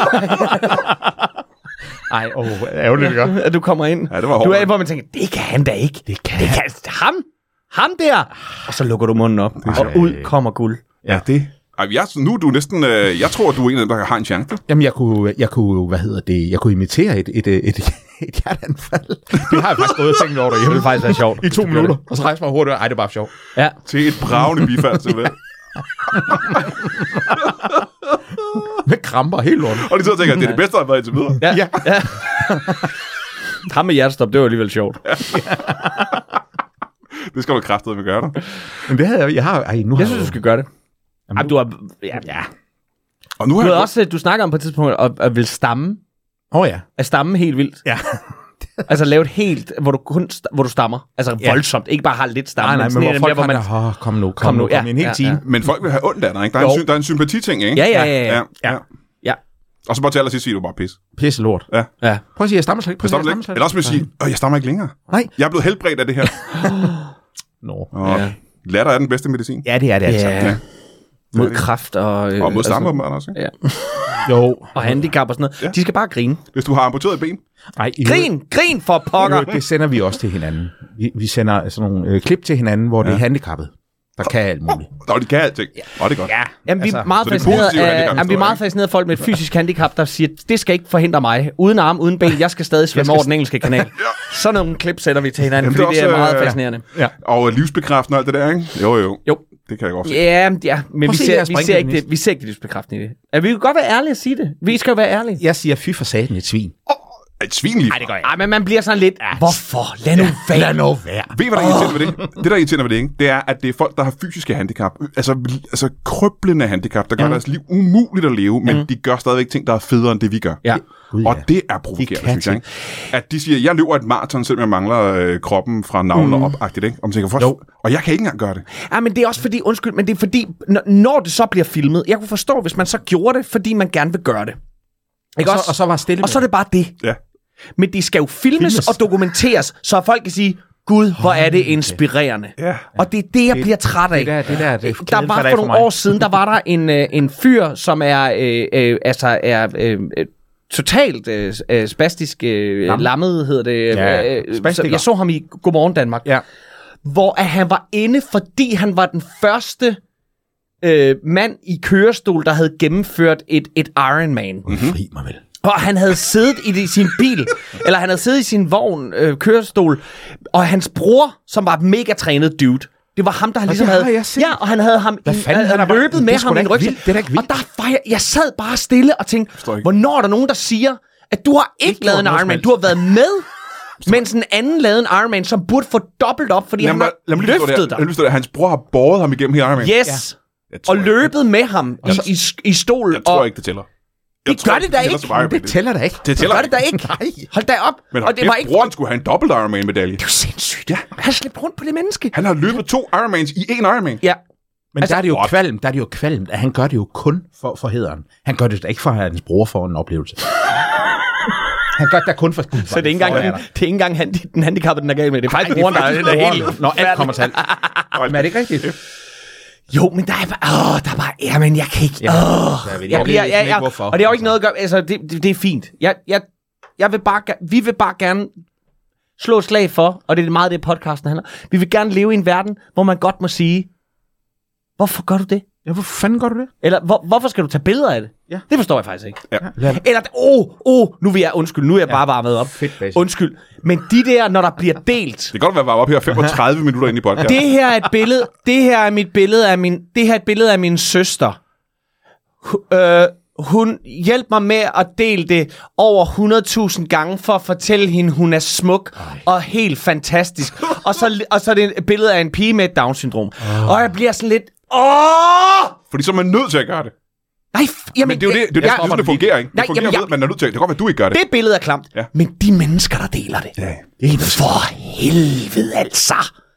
Ej, ærgerligt, ikke? At du kommer ind. Ja, det var hårdt. Du er, hvor man tænker, det kan han da ikke. Det kan ham der. Og så lukker du munden op, og ud kommer guld. Ja, det... nu er du næsten... jeg tror, du er en af dem, der har en chance. Jamen, jeg kunne jeg kunne imitere et hjerteanfald. Det har jeg faktisk gået og tænkt over derhjemme. Det vil faktisk være sjovt. I 2 minutter. Og så rejse mig hurtigt. Ej, det er bare sjovt. Ja. Til et bragende bifald, simpelthen. Med kramper helt lort. Og de sidder og tænker, det er det bedste, der har været indtil videre. Ja. Ham med hjertestop, det var alligevel sjovt. Det skal du kraftedeme gøre dig. Men det havde jeg synes, du skal gøre det. Jamen, du har... Ja. Og nu du snakker om på et tidspunkt at vil stamme. Ja. At stamme helt vildt. Ja. Altså lave et helt, hvor du stammer. Altså voldsomt. Ikke bare har lidt stamme. Nej, men hvor folk har kom nu en hel time. Men folk vil have ondt af dig, ikke? Der er en sympatiting, ikke? Ja. Og så bare til allersidst sige, du bare pis. Pisse lort. Ja. Prøv at sige, jeg stammer slet ikke. Eller også med at sige, jeg stammer ikke længere. Nej. Jeg er blevet helbredt af det her. Latter er den bedste medicin. Ja, det er det altså. Ja. Mod kræft og mod stammer også, ikke? Ja. Jo. Og handicap og sådan noget. Ja. De skal bare grine. Hvis du har amputeret et ben. Grin for pokker. Det sender vi også til hinanden. Vi sender sådan nogle klip til hinanden, hvor det er handicappet. Der kan alt muligt. De kan alting. Ja. Det er godt. Ja. Jamen, vi er meget fascineret af folk med et fysisk handicap, der siger, det skal ikke forhindre mig. Uden arm, uden ben, jeg skal stadig svømme over den engelske kanal. Sådan nogle klip sætter vi til hinanden, fordi det er meget fascinerende. Ja. Og livsbekræftende og alt det der, ikke? Jo. Det kan jeg godt se. Ja, men vi ser ikke det livsbekræftende i det. Vi kan godt være ærlige at sige det. Vi skal jo være ærlige. Jeg siger, fy for satan, et svin. Et svin lige. Nej, det gør jeg. Ej, men man bliver sådan lidt, hvorfor? Lad nu være. Ved I, hvad der irriterer ved det? Det, der irriterer ved det, ikke? Det er, at det er folk, der har fysiske handicap. Altså krøblende handicap, der gør deres liv umuligt at leve, men de gør stadigvæk ting, der er federe end det, vi gør. Ja. Og det er provokerende, synes jeg. Ikke? At de siger, jeg løber et maraton, selvom jeg mangler kroppen fra navlen op-agtigt, ikke? Og man tænker, og jeg kan ikke engang gøre det. Ja, men det er også fordi, men det er fordi, når det så bliver filmet, jeg kunne forstå, hvis man så gjorde det, fordi man gerne vil gøre det. Ikke og så var stille. Og så er det bare det. Ja. Men de skal jo filmes og dokumenteres, så folk kan sige, Gud, hvor er det inspirerende. Ja. Og det er det, jeg bliver træt af. Der var for nogle år siden, der var der en fyr, som er totalt spastisk lammet, hedder det. Jeg så ham i Godmorgen Danmark. Ja. Hvor han var inde, fordi han var den første mand i kørestol, der havde gennemført et Ironman. Fri mig vel. Og han havde siddet i sin bil, eller han havde siddet i sin vogn, kørestol, og hans bror, som var et mega trænet dude, det var ham, der ligesom havde... Ja, og han havde ham løbet med ham i en rygsæk. Det er da ikke vildt. Og der jeg sad bare stille og tænkte, hvornår er der nogen, der siger, at du har ikke lavet en Ironman, du har været med, mens en anden lavede en Ironman, som burde få dobbelt op, fordi han har løftet dig. Hans bror har båret ham igennem hele Ironman. Yes, og løbet med ham i stol. Jeg tror ikke, det tæller. Det gør det da ikke. Det tæller da ikke. Det gør det da ikke. Nej. Hold da op. Men og det var ikke... broren skulle have en dobbelt Ironman-medalje. Det er jo sindssygt. Ja. Han slæbt rundt på det menneske. Han har løbet 2 Ironmans i 1 Ironman. Ja. Men altså, der er det jo kvalmt, at han gør det jo kun for hæderen. Han gør det da ikke for at have hans bror for en oplevelse. Han gør det kun for Gud. Så det er ikke engang den handicappede, den er galt med. Det er faktisk moren, der er helt... Når alt kommer til alt. Men er det ikke rigtigt? Jo, men der er bare... Ja, men jeg kan ikke... Jeg bliver... Hvorfor. Og det er jo ikke noget at gøre... Altså, det er fint. Jeg vil bare... Vi vil bare gerne slå et slag for, og det er meget det, podcasten handler. Vi vil gerne leve i en verden, hvor man godt må sige, hvorfor gør du det? Ja, hvorfor fanden gør du det? Eller hvorfor skal du tage billeder af det? Ja. Det forstår jeg faktisk ikke. Ja. Eller, nu vil jeg, undskyld, nu er jeg bare varmet op. Fedt, undskyld. Men de der, når der bliver delt... Det kan godt være varmet op her 35 minutter ind i podcast. Det her er et billede, et billede af min søster. Hun hjælper mig med at dele det over 100.000 gange for at fortælle hende, hun er smuk og helt fantastisk. og så er det et billede af en pige med et Down-syndrom. Og jeg bliver sådan lidt... Fordi så er man nødt til at gøre det. Nej, jamen... Men det er jo det fungerer, ikke? Det fungerer ved, man er nødt til. Det kan godt være, du ikke gør det. Det billede er klamt. Ja. Men de mennesker, der deler det. Ja. For helvede, altså.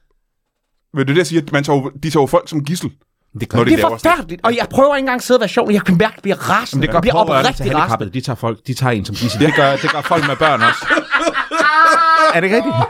Men det er det, jeg siger. De tager jo folk som gidsel. Det er forfærdeligt. Og jeg prøver ikke engang at sidde og være sjov. Jeg kan mærke, at jeg bliver rasende. Det gør bliver oprigtigt rasende. De tager en som gidsel. Det gør folk med børn også. Er det ikke rigtigt?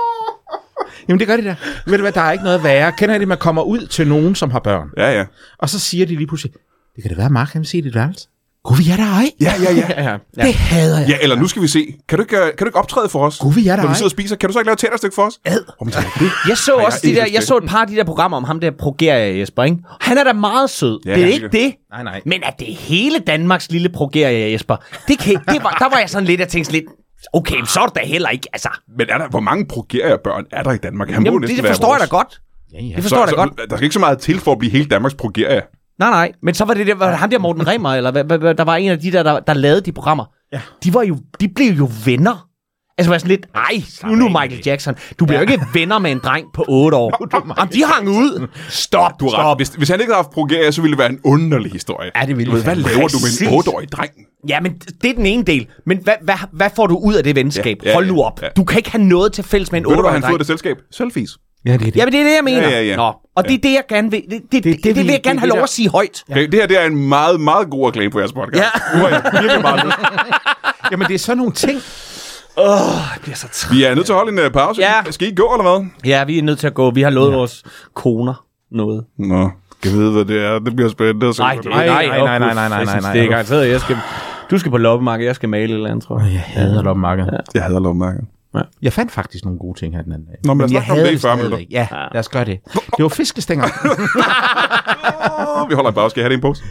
Jamen det gør de der. Ved du hvad, der er ikke noget værre. Kender I det, man kommer ud til nogen, som har børn? Ja. Og så siger de lige pludselig, det kan det være, Mark, han vil se dit værelse. Gud, vi er der ej. Ja. Det hader jeg. Ja, eller nu skal vi se. Kan du ikke optræde for os? Gud, vi er der når vi sidder og spiser, kan du så ikke lave et teaterstykke for os? Jeg så også jeg så et par af de der programmer om ham der Progeria Jesper, ikke? Han er da meget sød. Ja, det er ikke det. Nej. Men at det er hele Danmarks lille Progeria Jesper. Der var jeg sådan lidt, jeg tænkte lidt, okay, så er det da heller ikke, altså. Men hvor mange Progeria-børn er der i Danmark? Jamen, det forstår jeg da godt. Ja. Det forstår jeg da godt. Der skal ikke så meget til for at blive hele Danmarks Progeria. Nej, men så var det ham der Morten Remmer, eller der var en af de der lavede de programmer. Ja. De blev jo venner. Altså var sådan lidt, nu Michael Jackson. Du bliver jo ikke venner med en dreng på 8 år. Jamen, de hang ud. Stop. Hvis han ikke havde haft Progeria, så ville det være en underlig historie. Ja, det ville. Hvad laver du med en 8-årig dreng? Ja, men det er den ene del. Men hvad får du ud af det venskab? Hold nu op. Du kan ikke have noget til fælles med en 8-årig dreng. Ved du, hvad han får af det selskab? Selfies. Ja, det er det. Jamen, det er det, jeg mener. Ja. Nå, og det er det, jeg gerne vil. Det vil jeg gerne have lov at sige højt. Okay, det her det er en meget, meget god reklame på jeres podcast. Ja. Nu har jeg virkelig meget lyst. Jamen, det er sådan nogle ting. Jeg bliver så træt. Vi er nødt til at holde en pause. Ja. Skal I gå, eller hvad? Ja, vi er nødt til at gå. Vi har lovet vores koner noget. Nå, kan vi vide, hvad det er? Det bliver spændende at se. Nej. Det er garanteret. Du skal på loppemarked, jeg skal male et eller andet, tror jeg. Jeg hader loppemarked. Jeg hader loppemarked. Ja. Jeg fandt faktisk nogle gode ting her den anden dag. Nå, men jeg snakker om det i 40 minutter. Ja, lad os gøre det. Det var fiskestænger. Vi holder en pause. Skal jeg have det i en pause?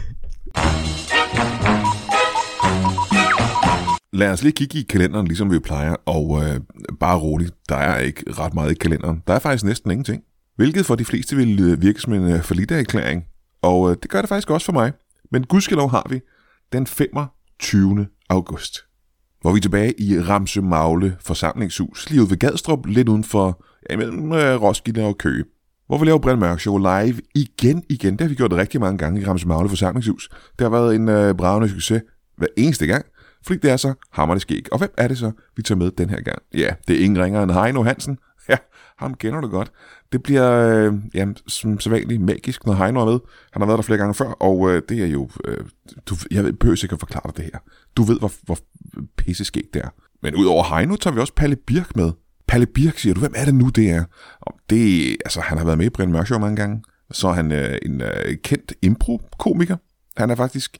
Lad os lige kigge i kalenderen, ligesom vi plejer, og bare roligt, der er ikke ret meget i kalenderen. Der er faktisk næsten ingenting, hvilket for de fleste vil virke som en falliterklæring, og det gør det faktisk også for mig. Men gudskelov har vi den 25. august, hvor vi er tilbage i Ramsø Magle forsamlingshus, lige ude ved Gadstrup, lidt uden for, imellem Roskilde og Køge, hvor vi laver Brian Mørk Show live igen. Det har vi gjort rigtig mange gange i Ramsø Magle forsamlingshus. Det har været en bragende succes hver eneste gang, fordi det er så hammerende skæg. Og hvem er det så, vi tager med den her gang? Ja, det er ingen ringer end Heino Hansen. Ja, ham kender du godt. Det bliver som sædvanligt magisk, når Heino er med. Han har været der flere gange før, og det er jo... jeg behøver ikke at forklare dig det her. Du ved, hvor pisseskæg det er. Men udover Heino, tager vi også Palle Birk med. Palle Birk, siger du, hvem er det nu, det er? Og det, altså, han har været med i Brian Mørk Show mange gange. Så er han en kendt impro-komiker. Han er faktisk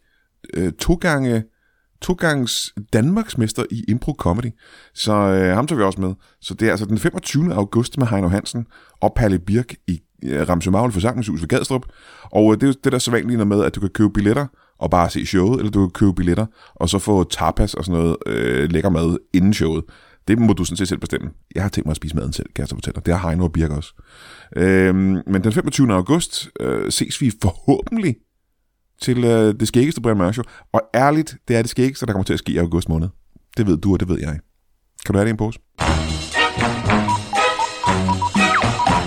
to ganges Danmarksmester i impro-comedy. Så ham tager vi også med. Så det er altså den 25. august med Heino Hansen og Palle Birk i Ramsø Magle forsamlingshus ved Gadstrup. Og det er jo det, der er så vanligt med, at du kan købe billetter og bare se showet, eller du kan købe billetter og så få tapas og sådan noget lækker mad inden showet. Det må du sådan set selv bestemme. Jeg har tænkt mig at spise maden selv, kan jeg så fortælle dig. Det har Heino og Birk også. Men den 25. august ses vi forhåbentlig til det skæggeste Brian Mørk Show. Og ærligt, det er det skæggeste, der kommer til at ske i august måned. Det ved du, og det ved jeg. Kan du have det i en pose?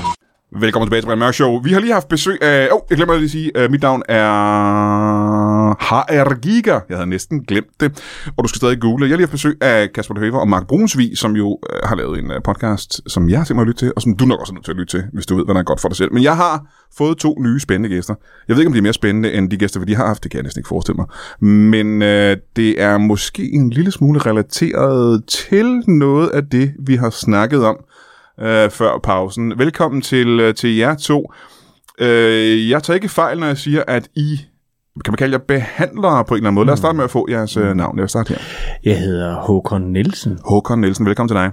Velkommen tilbage til Brian Mørk Show. Vi har lige haft besøg af... jeg glemmer lige at sige, mit navn er... HR Giga. Jeg havde næsten glemt det. Og du skal stadig google. Jeg har lige haft besøg af Kasper de Høver og Mark Brunsvig, som jo har lavet en podcast, som jeg har tænkt mig at lytte til, og som du nok også er nødt til at lytte til, hvis du ved, hvad der er godt for dig selv. Men jeg har fået 2 nye spændende gæster. Jeg ved ikke, om de er mere spændende end de gæster, vi har haft. Det kan jeg næsten ikke forestille mig. Men det er måske en lille smule relateret til noget af det, vi har snakket om før pausen. Velkommen til jer 2. Jeg tager ikke fejl, når jeg siger, at I, kan man kalde jer behandlere på en eller anden måde. Lad os starte med at få jeres navn. Jeg vil starte her. Jeg hedder Håkon Nielsen. Håkon Nielsen, velkommen til dig.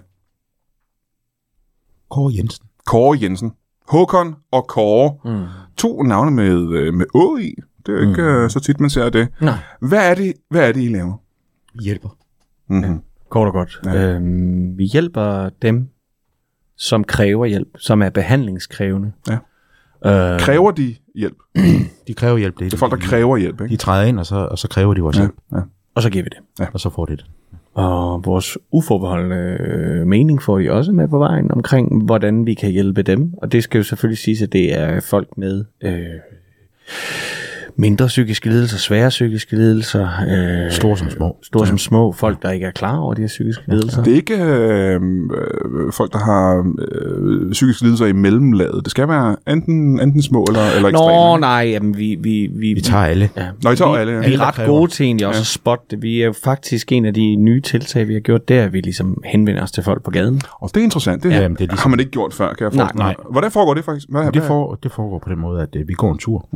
Kåre Jensen. Kåre Jensen. Håkon og Kåre. 2 navne med Å i. Det er jo ikke så tit, man ser det. Nej. Hvad er det, I laver? Vi hjælper. Mm-hmm. Kort og godt. Ja. Vi hjælper dem, som kræver hjælp, som er behandlingskrævende. Ja. Kræver de hjælp? De kræver hjælp. Det er folk, der kræver hjælp, ikke? De træder ind, og så kræver de vores hjælp. Ja. Og så giver vi det. Ja. Og så får de det. Og vores uforbeholdende mening får I også med på vejen omkring, hvordan vi kan hjælpe dem. Og det skal jo selvfølgelig siges, at det er folk med mindre psykiske lidelser, svære psykiske lidelser. Store som små. Store som små. Folk, der ikke er klar over de her psykiske lidelser. Det er ikke folk, der har psykiske lidelser i mellemlaget. Det skal være enten små eller ekstreme. Nå, nej, jamen vi tager alle. Ja. Nå, I tager alle. Ja. Vi er ret gode til egentlig også at spotte det. Vi er jo faktisk en af de nye tiltag, vi har gjort, der vi ligesom henvender os til folk på gaden. Og det er interessant. Det, Jamen, det er ligesom... har man ikke gjort før, kan jeg forestille mig. Hvordan foregår det faktisk? Det foregår på den måde, at vi går en tur.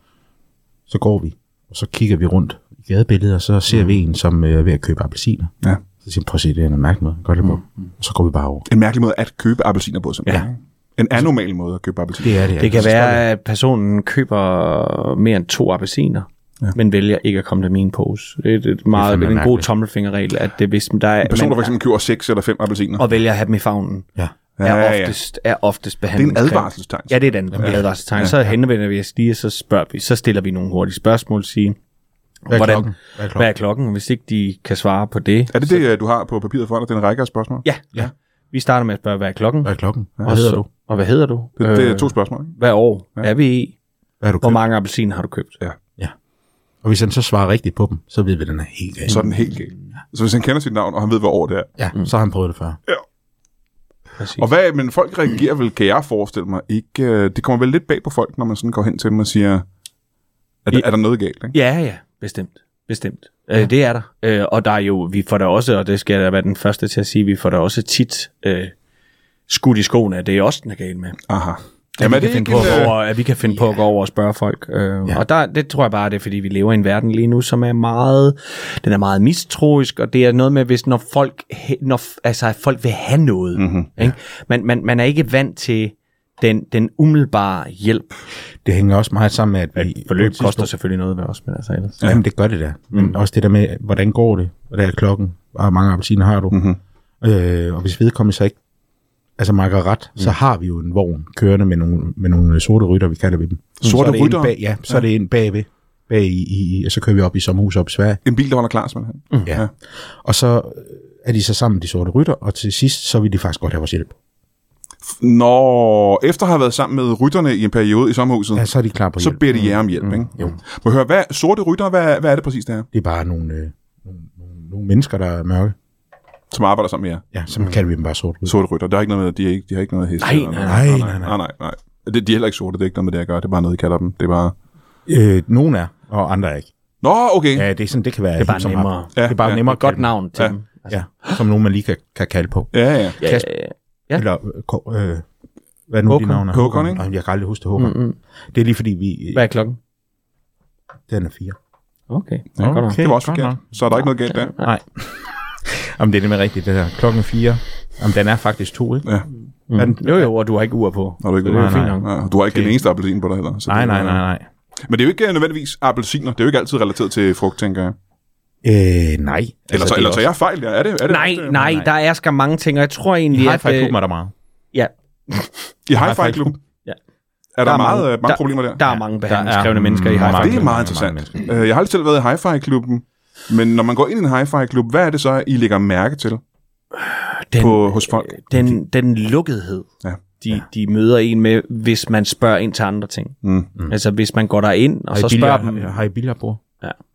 Så går vi, og så kigger vi rundt i gadebilledet, og så ser vi en, som er ved at købe appelsiner. Ja. Så siger vi, prøv at se, det er en mærkelig måde. Gør det på. Og så går vi bare over. En mærkelig måde at købe appelsiner på, simpelthen. Ja. En anormal måde at købe appelsiner. Det er. Det kan være, at personen køber mere end 2 appelsiner, men vælger ikke at komme til min pose. Det er en god tommelfingerregel, at det hvis der er... En person, der for eksempel køber 6 eller 5 appelsiner. Og vælger at have dem i favnen. Ja. Er oftest behandling. Det er en advarselstegn. Ja, det er den advarselstegn. Ja. Så henvender vi os lige, og så spørger vi, så stiller vi nogle hurtige spørgsmål, sige, hvad er klokken? Hvis ikke de kan svare på det. Er det det, du har på papiret foran dig? Det er en række af spørgsmål? Ja. Vi starter med at spørge, hvad er klokken? Hvad er klokken? Hvad hedder du? Og hvad hedder du? Det er 2 spørgsmål, ikke? Hvad år er vi i? Hvad har du købt? Hvor mange appelsiner har du købt? Ja. Og hvis han så svarer rigtigt på dem, så ved vi, at den er helt galt. Så er den helt galt. Så hvis han kender sit navn, og han ved, hvad år det er. Ja, så har han prøvet det før. Ja. Præcis. Og men folk reagerer vel, kan jeg forestille mig, ikke, det kommer vel lidt bag på folk, når man sådan går hen til dem og siger, er der noget galt, ikke? Ja, bestemt. Ja. Det er der. Og der er jo, vi får da også, og det skal jeg da være den første til at sige, vi får da også tit skudt i skoene, at det er også den er galt med. Aha. At vi kan finde på at gå over og spørge folk. Og det tror jeg bare, det er, fordi vi lever i en verden lige nu, som er meget mistroisk, og det er noget med, hvis når folk vil have noget. Ikke? Man er ikke vant til den umiddelbare hjælp. Det hænger også meget sammen med, at forløb koster selvfølgelig noget ved os, men altså ellers. Jamen, det gør det da. Men også det der med, hvordan går det? Hvad er klokken? Hvor mange appelsiner har du? Og hvis vedkommende så ikke makker ret, så har vi jo en vogn kørende med nogle sorte rytter, vi kalder vi dem. Sorte rytter? Så er det en bag og så kører vi op i sommerhus op i Sverige. En bil, der holder klar, simpelthen. Ja. Og så er de så sammen, de sorte rytter, og til sidst, så vil de faktisk godt have vores hjælp. Når efter at have været sammen med rytterne i en periode i sommerhuset, så er de klar på hjælp. Så beder de jer om hjælp, ikke? Jo. Må jeg høre, sorte rytter, hvad er det præcis, det her? Det er bare nogle mennesker, der er mørke. Som arbejder sammen med jer? Ja, så kalder vi dem bare sorte rytter. Sorte rytter, der er ikke noget med, de har ikke noget hest. Nej. De er heller ikke sorte, det er ikke noget med det at gøre, det er bare noget, I kalder dem. Det er bare... Nogen er, og andre er ikke. Nå, okay. Ja, det er sådan, det kan være... Det er bare nemmere. Det er bare nemmere. Godt navn til dem. Ja, som nogen man lige kan kalde på. Ja. Eller, hvad er nu de navne? Håkon, ikke? Jeg kan aldrig huske det, Håkon. Det er lige fordi vi... Hvad er klokken? Den er 4. Okay. Det var også forkert. Så er der ikke noget galt der. Nej. Jamen, det er nemlig rigtigt, det her. Klokken 4. Jamen, den er faktisk 2, ikke? Ja. Jo, og du har ikke ur på. Du har ikke du har ikke den eneste appelsin på dig heller. Nej. Men det er jo ikke nødvendigvis appelsiner. Det er jo ikke altid relateret til frugt, tænker jeg. Nej. Eller tager jeg fejl? Ja. Er det nej, der er skam mange ting, og jeg tror egentlig, I Hi-Fi-klubben er der meget. Ja. I Hi-Fi-klubben? Ja. Er der mange problemer der? Der er mange behandlingskrævende mennesker i Hi-Fi-klubben. Det er meget interessant. Jeg har aldrig selv været i Hi-Fi-klubben, men når man går ind i en Hi-Fi-klub, hvad er det så, I lægger mærke til hos folk? Den lukkethed, de møder en med, hvis man spørger ind til andre ting. Altså hvis man går derind, og så spørger dem... Har I billardbord? Ja.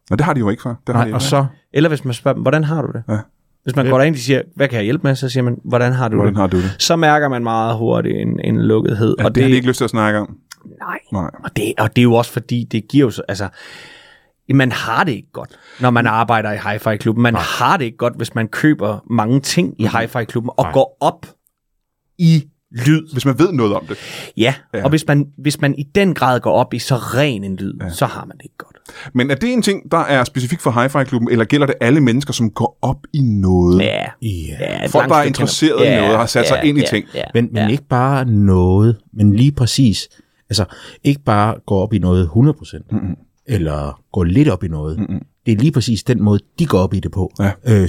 Nå, det har de jo ikke for. Nej, og så... Eller hvis man spørger dem, hvordan har du det? Ja. Hvis man går derind, de siger, hvad kan jeg hjælpe med? Så siger man, hvordan har du det? Så mærker man meget hurtigt en lukkethed. Ja, og det har de ikke lyst til at snakke om. Nej. Og det er jo også fordi, det giver jo... Altså, man har det ikke godt, når man arbejder i Hi-Fi-klubben. Man har det ikke godt, hvis man køber mange ting i Hi-Fi-klubben og går op i lyd. Hvis man ved noget om det. Ja. Og hvis man i den grad går op i så ren en lyd, så har man det ikke godt. Men er det en ting, der er specifik for Hi-Fi-klubben, eller gælder det alle mennesker, som går op i noget? Ja. Folk, der er interesseret i noget, har sat sig ind i ting. Men ikke bare noget, men lige præcis. Altså, ikke bare gå op i noget 100%. Eller gå lidt op i noget. Det er lige præcis den måde, de går op i det på. 87%.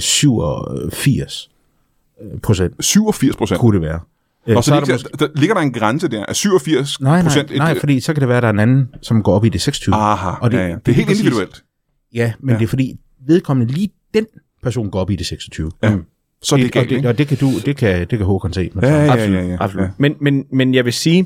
87%? Kunne det være. Og så ligger der en grænse der af 87%? Nej, fordi så kan det være, der er en anden, som går op i det 26%. Aha, og det er helt individuelt. Ja, men det er fordi, vedkommende lige den person går op i det 26%. Ja. Så det er galt, og det kan Håkon se. Absolut. Men jeg vil sige,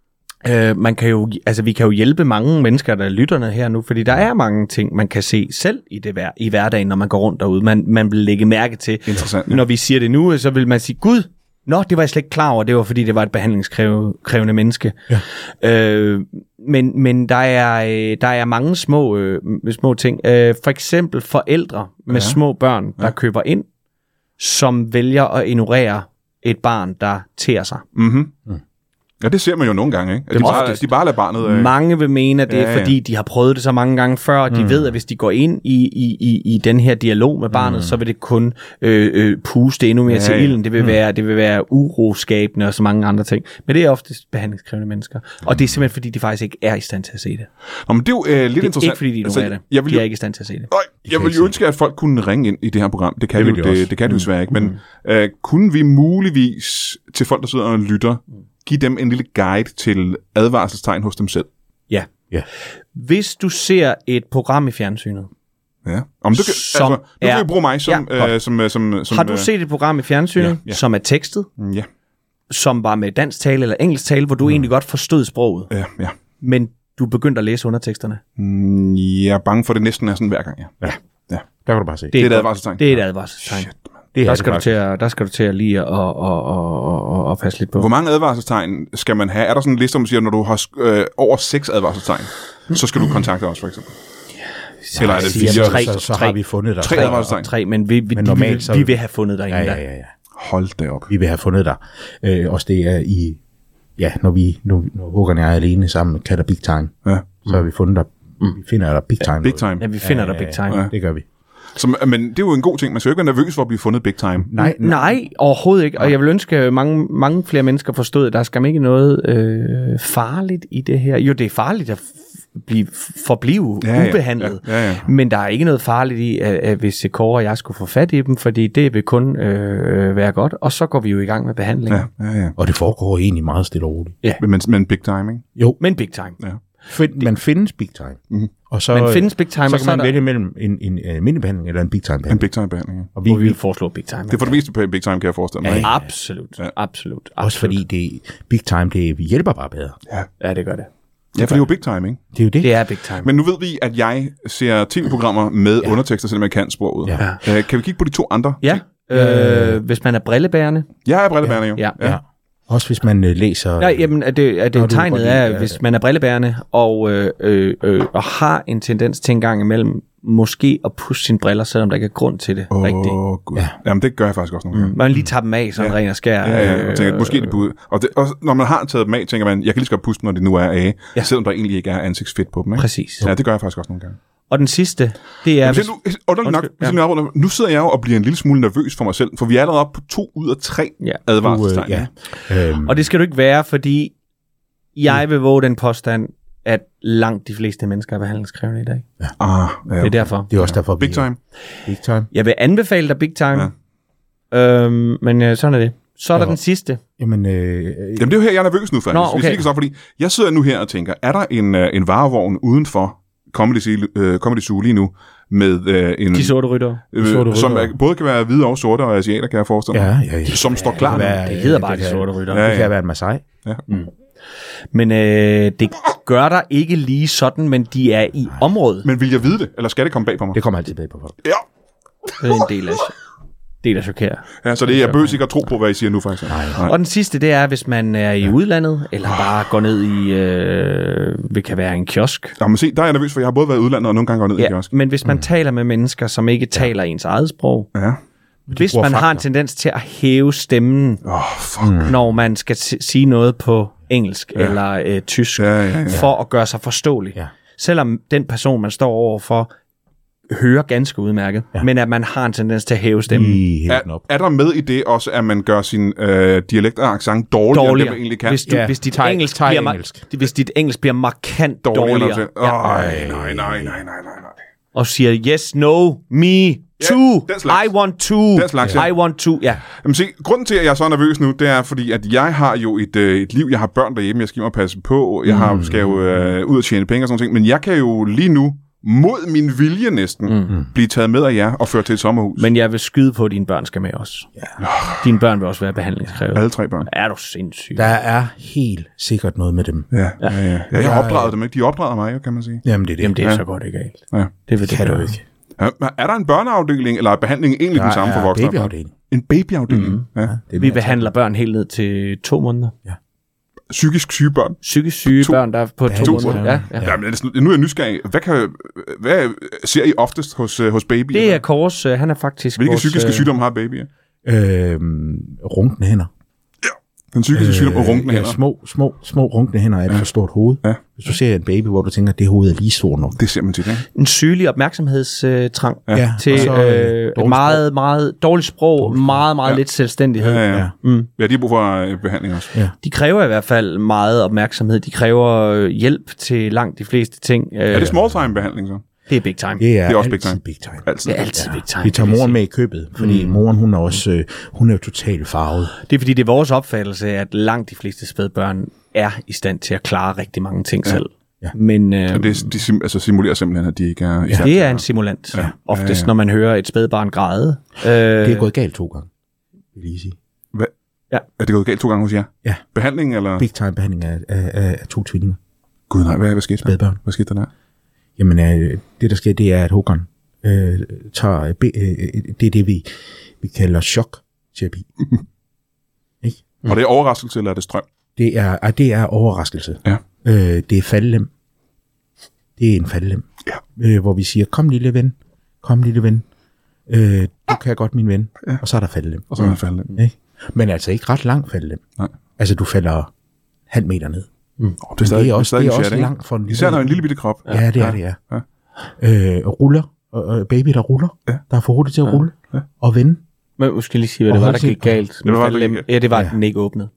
vi kan jo hjælpe mange mennesker, der lytterne her nu, fordi der er mange ting, man kan se selv i hverdagen, når man går rundt derude. Man vil lægge mærke til. Interessant. Når vi siger det nu, så vil man sige, Gud, det var jeg slet ikke klar over, det var fordi, det var et behandlingskrævende menneske. Ja. Men der er mange små ting. For eksempel forældre med små børn, der køber ind, som vælger at ignorere et barn, der tærer sig. Ja, det ser man jo nogle gange, ikke? At de bare lader barnet... Mange vil mene, at det er fordi, de har prøvet det så mange gange før, og de ved, at hvis de går ind i den her dialog med barnet, så vil det kun puste endnu mere til ilden. Det vil være uroskabende og så mange andre ting. Men det er oftest behandlingskrævende mennesker. Og det er simpelthen, fordi de faktisk ikke er i stand til at se det. Nå, men det er jo lidt interessant. Det er ikke, fordi de ignorerer det. De er ikke i stand til at se det. Jeg vil jo ønske, at folk kunne ringe ind i det her program. Det kan de jo desværre ikke. Men kunne vi muligvis, til folk, der sidder og lytter, give dem en lille guide til advarselstegn hos dem selv? Ja. Hvis du ser et program i fjernsynet, nu kan vi bruge mig som... Har du set et program i fjernsynet, som er tekstet? Ja. Som var med dansk tale eller engelsk tale, hvor du egentlig godt forstod sproget? Ja. Men du begyndte at læse underteksterne? Jeg er bange for, det næsten er sådan hver gang, ja. Der kan du bare se. Det er et advarselstegn. Det er et advarselstegn. Der skal du til at lige at passe lidt på. Hvor mange advarselstegn skal man have? Er der sådan en liste, hvor man siger, når du har over 6 advarselstegn, så skal du kontakte os, for eksempel? Ja, eller er det 4? Så har vi fundet dig. 3 advarselstegn. 3, men vi vil have fundet dig. Ja. Hold da op. Vi vil have fundet dig. Også det er i... Ja, når Håkon og jeg er alene sammen, kalder Big Time. Ja. Så har vi fundet dig. Vi finder dig Big Time. Big Time. Ja, vi finder dig Big Time. Ja. Det gør vi. Men det er jo en god ting. Man skal jo ikke være nervøs for at blive fundet Big Time. Nej, overhovedet ikke. Og jeg vil ønske, at mange flere mennesker forstod, at der skal ikke noget farligt i det her. Jo, det er farligt at forblive ubehandlet. Ja. Men der er ikke noget farligt i, at hvis Kåre og jeg skulle få fat i dem, fordi det vil kun være godt. Og så går vi jo i gang med behandlingen. Ja. Og det foregår egentlig meget stille og roligt. Ja. Men Big Time, ikke? Jo. Men Big Time. Ja. Man findes Big Time. Mm-hmm. Og så findes Big Time, så kan man vælge mellem en almindelig behandling eller en Big Time behandling. En Big Time behandling, ja. Og vi vil foreslå Big Time. Det er for det meste på Big Time, kan jeg forestille mig. Ja, absolut. Også fordi Big Time, det hjælper bare bedre. Ja, det gør det. Ja, for det er jo Big Time, ikke? Det er jo det. Det er Big Time. Men nu ved vi, at jeg ser tv-programmer med undertekster, selvom jeg kan sproget. Ja. Kan vi kigge på de 2 andre? Ja. Hvis man er brillebærende. Jeg er brillebærende, jo. Ja. Også hvis man læser... Ja, jamen, tegnet er, hvis man er brillebærende og har en tendens til en gang imellem, måske at pusse sine briller, selvom der ikke er grund til det rigtigt. Gud. Ja. Jamen, det gør jeg faktisk også nogle gange. Man lige tager dem af, sådan ren og skær. Ja. Tænker, måske de burde. Og når man har taget dem af, tænker man, jeg kan lige så godt puste dem, når de nu er af, selvom der egentlig ikke er ansigtsfedt på dem. Ikke? Præcis. Ja, det gør jeg faktisk også nogle gange. Og den sidste, det er... Nu sidder jeg jo og bliver en lille smule nervøs for mig selv, for vi er allerede oppe på 2 ud af 3 advarselstegn. Og det skal du ikke være, fordi jeg vil våge den påstand, at langt de fleste mennesker er behandlingskrævende i dag. Ja. Det er derfor. Det er også derfor, Big Time. Big Time. Jeg vil anbefale dig Big Time, men sådan er det. Så er der den sidste. Jamen, det er jo her, jeg er nervøs nu, faktisk. Hvis ikke så, fordi jeg sidder nu her og tænker, er der en varevogn udenfor Comedy Zoo lige nu, med de sorte ryttere, som både kan være hvide og sorte, og asiater, kan jeg forestille mig, som står klar. Det hedder bare de sorte ryttere. Det kan være en Masai. Ja. Men det gør der ikke lige sådan, men de er i området. Men vil jeg vide det, eller skal det komme bag på mig? Det kommer altid bag på folk. Ja. Det er en del af chokerer. Ja, så det er jeg behøver ikke at tro på, hvad I siger nu, faktisk. Nej. Og den sidste, det er, hvis man er i udlandet, eller bare går ned i, det kan være en kiosk. Ja, men se, der er jeg nervøs, for jeg har både været i udlandet og nogle gange gået ned i kiosk. Men hvis man taler med mennesker, som ikke taler ens eget sprog, hvis man har en tendens til at hæve stemmen, når man skal sige noget på engelsk eller tysk, for at gøre sig forståelig. Ja. Selvom den person, man står overfor, hører ganske udmærket, men at man har en tendens til at hæve stemmen. Er der med i det også, at man gør sin dialekt og accent dårligere, end det man egentlig kan? Hvis dit engelsk bliver markant dårligere. Nej. Og siger, yes, no, me, too, I want to, I want to, Jamen se, grunden til, at jeg er så nervøs nu, det er, fordi at jeg har jo et liv, jeg har børn derhjemme, jeg skal hjem og passe på, jeg skal jo ud og tjene penge og sådan noget, men jeg kan jo lige nu mod min vilje næsten blive taget med af jer og ført til et sommerhus. Men jeg vil skyde på, at dine børn skal med os. Ja. Dine børn vil også være behandlingskrævede. Alle 3 børn. Er du sindssyg? Der er helt sikkert noget med dem. Ja. Jeg har opdraget dem, ikke? De opdrager mig, kan man sige. Jamen, det er så godt ikke galt. Ja. Det kan du ikke. Ja, er der en børneafdeling, eller er behandlingen egentlig den samme for voksne? En babyafdeling. En babyafdeling? Ja. Vi behandler børn helt ned til 2 måneder. Ja. Psykisk syge børn? Psykisk syge børn, der er på 2 måneder. Ja, men nu er jeg nysgerrig. Hvad ser I oftest hos babyer? Det er Kors, han er faktisk... Hvilke psykiske sygdomme har babyer? Runkne hænder. Ja, den psykiske sygdom og runkne hænder. Små runkne hænder er et for stort hoved. Ja. Hvis du ser en baby, hvor du tænker, at det hoved er lige stort nok. Det ser man til, ikke? En sygelig opmærksomhedstrang til meget, meget dårligt sprog, meget lidt selvstændighed. Ja, de har brug for behandling også. Ja. De kræver i hvert fald meget opmærksomhed. De kræver hjælp til langt de fleste ting. Er det small time behandling så? Det er big time. Det er også big time. Altid. Det er altid big time. Vi tager moren med i købet, fordi moren, hun er også hun er jo totalt farvet. Det er fordi, det er vores opfattelse, at langt de fleste spædbørn er i stand til at klare rigtig mange ting selv. Ja. Men de simulerer simpelthen, at de ikke er i stand. Det er en simulant. Ja. Oftest, når man hører et spædbarn græde. Det er gået galt 2 gange, vil jeg lige sige. Hvad? Ja. Er det gået galt 2 gange hos jer? Ja. Behandling, eller? Big time behandling af 2 tvillinger. Gud nej, hvad skete der? Spædbørn. Hvad skete der? Jamen, det der sker, det er, at Håkon tager, det er det, vi kalder chokterapi. Ikke? Og det er overraskelse, eller er det strøm? Det er overraskelse. Ja. Det er faldlem. Det er en faldlem. Ja. Hvor vi siger, kom lille ven. Du kan godt, min ven. Ja. Og så er der faldlem. Ikke? Men altså ikke ret lang faldlem. Nej. Altså, du falder halv meter ned. Det er også langt for en især når en lille bitte krop. Ja, det er det, ja. Ruller, baby der ruller, der er for hurtigt til at rulle, og vende. Men måske lige sige, hvad det var, der gik galt. Det var, at den ikke åbnede.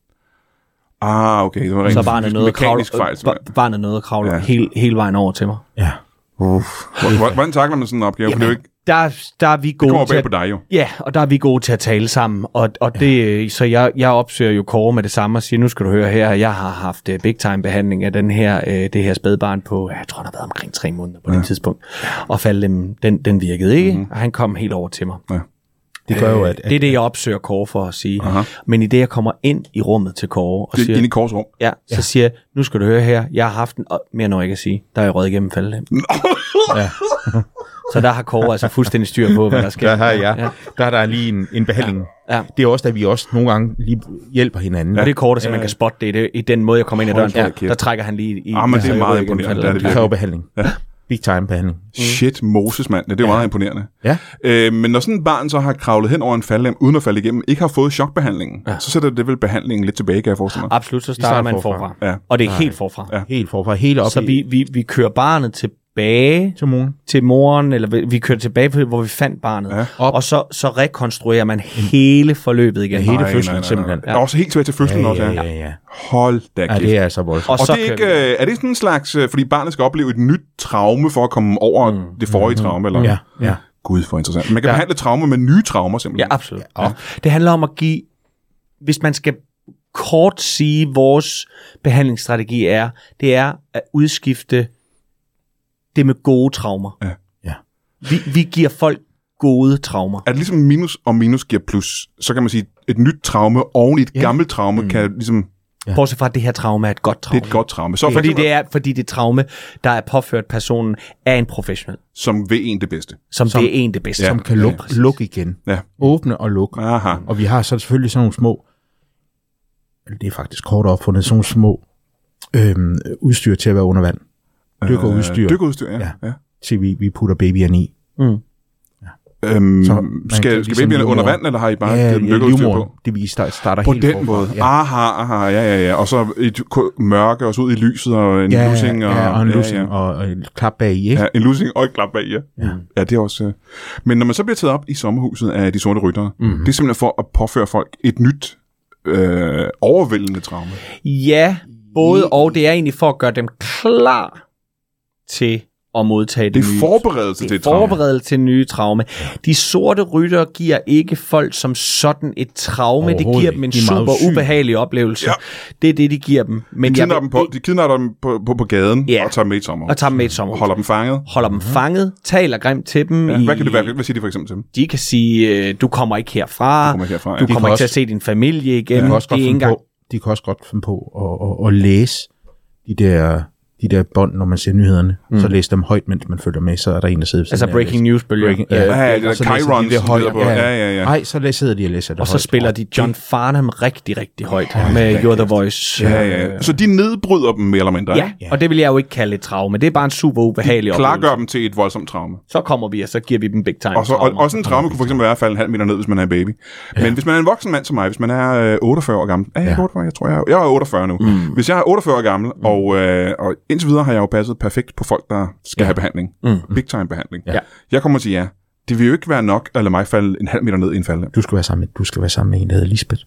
Okay. Det var rent mekanisk fejl. Barnet nåede at kravle hele vejen over til mig. Ja. Hvordan takler man sådan en opgave? Jamen, der er vi gode det kommer bag på dig jo. Ja, og der er vi gode til at tale sammen. Og det, så jeg opsøger jo Kåre med det samme og siger, nu skal du høre her, jeg har haft big time behandling af det her spædbarn på, jeg tror, der har været omkring 3 måneder på det tidspunkt. Og den virkede ikke, og han kom helt over til mig. Ja. Det gør jo, at det er det, jeg opsøger Kåre for at sige. Men i det, jeg kommer ind i rummet til Kåre og siger... Ind i Kåres rum? Ja, så siger jeg, nu skal du høre her, jeg har haft mere når jeg kan sige, der er jeg røget igennem faldlem. Så der har Kåre altså fuldstændig styr på, hvad der sker. Der er der lige en behandling. Ja. Det er også, at vi også nogle gange lige hjælper hinanden. Og det er Kåre, der simpelthen kan spotte det. I den måde, jeg kommer ind ad døren, der trækker han lige i... men det er meget imponerende. Det kræver behandling. Ja. Big time behandling. Shit, Moses, mand. Det er meget imponerende. Ja. Men når sådan et barn så har kravlet hen over en faldlem, uden at falde igennem, ikke har fået chokbehandlingen, så sætter det vel behandlingen lidt tilbage, kan jeg forestille mig. Absolut, så starter man forfra. Ja. Og det er helt forfra. Ja. Helt forfra. Helt op. Så vi kører barnet tilbage til moren, eller vi kører tilbage, hvor vi fandt barnet. Ja. Og så rekonstruerer man hele forløbet igen. Hele fødslen simpelthen. Ja. Også helt tilbage til fødslen også. Ja. Hold da kæft. Ja, det er altså voldsomt. Og det er, ikke, er det sådan en slags, fordi barnet skal opleve et nyt traume for at komme over det forrige traume? Eller? Ja. Gud, for interessant. Man kan behandle traume med nye traumer simpelthen. Ja, absolut. Ja. Det handler om at give, hvis man skal kort sige, vores behandlingsstrategi det er at udskifte det med gode traumer. Ja. Vi giver folk gode traumer. Er det ligesom minus og minus giver plus, så kan man sige, et nyt traume oven i et gammelt traume kan ligesom Ja. Bortset fra, at det her traume er et godt traume. Det er et godt traume. Så fordi det traume, der er påført personen, er en professionel. Som vil en det bedste. Som vil en det bedste. Som kan lukke igen. Ja. Åbne og lukke. Aha. Og vi har så selvfølgelig sådan nogle små, det er faktisk kort opfundet, sådan nogle små udstyr til at være under vand. Dykkerudstyr. Dykkerudstyr, ja. Til vi putter babyerne i. Skal babyerne under vand, eller har I bare givet dem dykkerudstyr på? Det vi starter på helt den måde. Ja. Aha, ja. Og så et mørke, og så ud i lyset, og en lussing. Og en lussing, og en klap bag i, ikke? Ja, en lussing og et klap bag i, ja, det er også... Men når man så bliver taget op i sommerhuset af de sorte ryttere, det er simpelthen for at påføre folk et nyt, overvældende traume. Ja, både og. Det er egentlig for at gøre dem klar til at modtage det nye. Det er forberedelse til et traume. Forberedelse til nye traume. De sorte ryttere giver ikke folk som sådan et traume. Det giver dem en super ubehagelig oplevelse. Ja. Det er det, de giver dem. Men de kidnapper dem på gaden og tager dem med i sommerhus. Holder dem fanget. Taler grimt til dem. Ja. Hvad kan det være? Hvad siger de for eksempel til dem? De kan sige, du kommer ikke herfra. Du kommer ikke til at se din familie igen. De kan også godt finde på at læse de der bånd, når man ser nyhederne, så læser dem højt, mens man følger med, så er der en, der sidder... Altså breaking news-bølger. Det er Chirons. Nej, så sidder de og læser det og højt. Og så spiller de John Farnham rigtig, rigtig højt med You're the Voice. Ja. Så de nedbryder dem mere eller mindre? Ja, og det vil jeg jo ikke kalde et traume. Det er bare en super ubehagelig oplevelse. Klargør dem til et voldsomt traume. Så kommer vi, og så giver vi dem big time. Og sådan en traume kunne for eksempel være at falde en halv meter ned, hvis man er en baby. Men hvis man er en voksen mand som mig, hvis man er 48 år gammel... Jeg tror, jeg er 48 nu. Hvis jeg er 48 år gammel, og indtil videre har jeg jo passet perfekt på folk, der skal have behandling. Big time behandling. Ja. Jeg kommer til det vil jo ikke være nok at lade mig falde en halv meter ned i en faldende. Du skal være sammen med en, der hedder Lisbeth.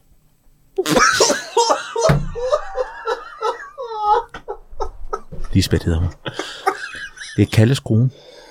Lisbeth hedder hun. Det er Kalles kone.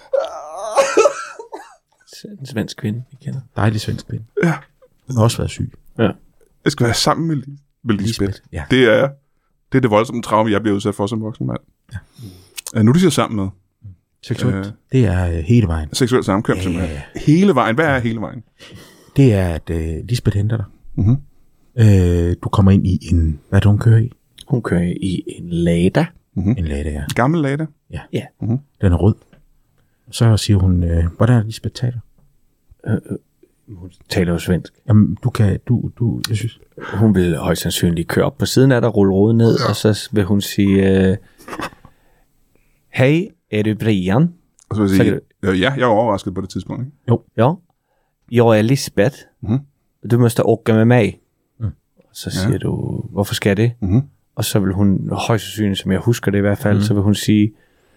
En svensk kvinde, vi kender. Dejlig svensk kvinde. Ja. Hun har også været syg. Ja. Jeg skal være sammen med Lisbeth. Ja. Det er det voldsomme traume, jeg bliver udsat for som voksen mand. Ja. Nu du siger sammen med? Seksuelt. Det er hele vejen. Seksuelt samkvem, simpelthen. Hele vejen. Hvad er hele vejen? Det er, at Lisbeth henter dig. Du kommer ind i en... Hvad er det, hun kører i? Hun kører i en Lada. En Lada, ja. Gammel Lada? Ja. Den er rød. Så siger hun, hvordan er Lisbeth taler? Hun taler jo svensk. Jamen, jeg synes... Hun vil højst sandsynligt køre op på siden af dig, rulle roden ned, og så vil hun sige, hej, er du Brian? Og så vil jeg sige, jeg er overrasket på det tidspunkt, ikke? Jo. Ja, jeg er Lisbeth. Du måste åka med mig. Så siger du, hvorfor skal jeg det? Og så vil hun, højst sandsynligt, som jeg husker det i hvert fald, så vil hun sige,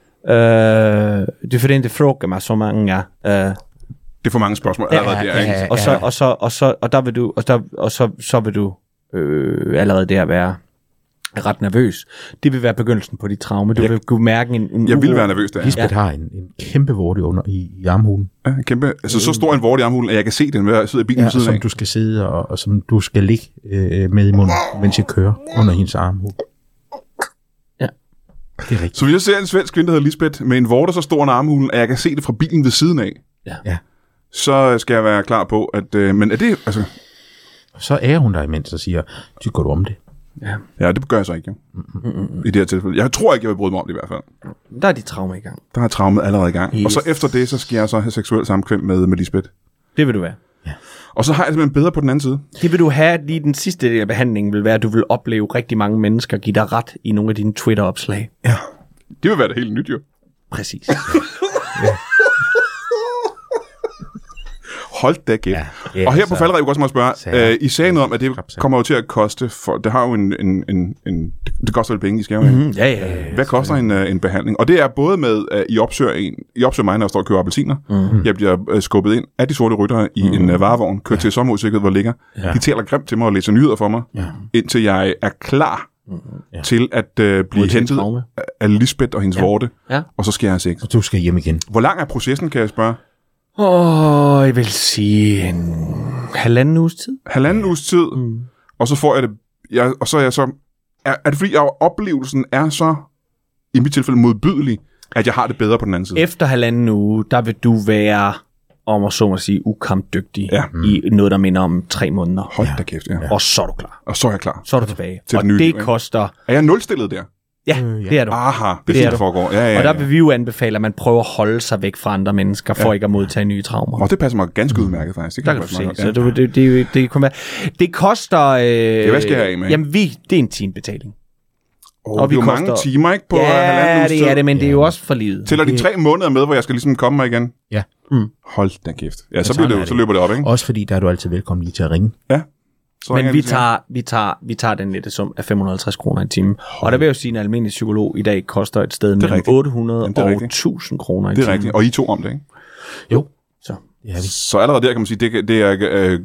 du får ikke fråga mig så mange, det er for mange spørgsmål allerede der, ikke? Og der vil du, så vil du allerede der være ret nervøs. Det vil være begyndelsen på dit traume. Du vil kunne mærke en jeg vil være nervøs der. Lisbeth har en kæmpe vorte under i armhulen. Ja, en kæmpe, altså så stor en vorte i armhulen, at jeg kan se den, ved at sidde i bilen siden af. Som du skal sidde og som du skal ligge med i munden, mens jeg kører under hendes armhul. Ja. Det er rigtigt. Så hvis jeg ser en svensk kvinde, der hedder Lisbeth, med en vorte så stor en armhulen, at jeg kan se det fra bilen ved siden af. Ja. Så skal jeg være klar på, at... men er det... Altså... Så er hun der imens og siger, tykker du om det? Ja, det gør jeg så ikke, jo. I det her tilfælde. Jeg tror ikke, jeg vil bryde mig om det i hvert fald. Der er dit traume i gang. Der er traumet allerede i gang. Yes. Og så efter det, så skal jeg så have seksuel samkvem med Lisbeth. Det vil du være. Ja. Og så har jeg det simpelthen bedre på den anden side. Det vil du have, lige den sidste del af behandlingen vil være, at du vil opleve rigtig mange mennesker give dig ret i nogle af dine Twitter-opslag. Ja. Det vil være det helt nyt, jo. Præcis. Ja. Hold da gæt. Ja, og her på falderæb, jeg godt spørge, I sagde noget om, at det kommer jo til at koste, for det har jo det koster lidt penge, I skal jo have. Ja. Hvad koster en behandling? Og det er både med, at I opsøger mig, når jeg står og køber appelsiner. Jeg bliver skubbet ind af de sorte ryttere i en varevogn, kørt til sommerhuset, hvor ligger. De taler grimt til mig og læser nyheder for mig, indtil jeg er klar til at blive hentet af Lisbeth og hendes vorte, og så skal jeg have sex. Og du skal hjem igen. Hvor lang er processen, kan jeg spørge? Jeg vil sige en halvanden uges tid. Halvanden uges tid, og så får jeg det, og så er jeg så... Er det fordi, oplevelsen er så, i mit tilfælde, modbydelig, at jeg har det bedre på den anden side? Efter halvanden uge, der vil du være om at så må sige, ukampdygtig i noget, der minder om 3 måneder. Hold da kæft, ja. Og så er du klar. Og så er jeg klar. Så er du tilbage. Til og det nye det liv, koster... Er jeg nulstillet der? Ja, det er du. Aha, det er fint, der foregår. Ja. Og der vil vi jo anbefale, at man prøver at holde sig væk fra andre mennesker, for ikke at modtage nye traumer. Og det passer mig ganske udmærket, faktisk. Det kan du se. Så det kunne være... Det koster... hvad skal jeg af med? Jamen, det er en timebetaling. Og vi koster... mange timer, ikke? På halvanden uges tid. Det er det, men det er jo også for livet. Tæller de 3 måneder med, hvor jeg skal ligesom komme mig igen? Ja. Hold da kæft. Ja, så løber det op, ikke? Også fordi, der er du altid velkommen lige til at ringe. Ja. Men vi tager den lette sum af 550 kroner i timen. Og der vil jeg jo sige, at en almindelig psykolog i dag koster et sted mellem 800 og 1000 kroner i timen. Det er rigtigt. Og I 2 om det, ikke? Jo. Så allerede der kan man sige, det er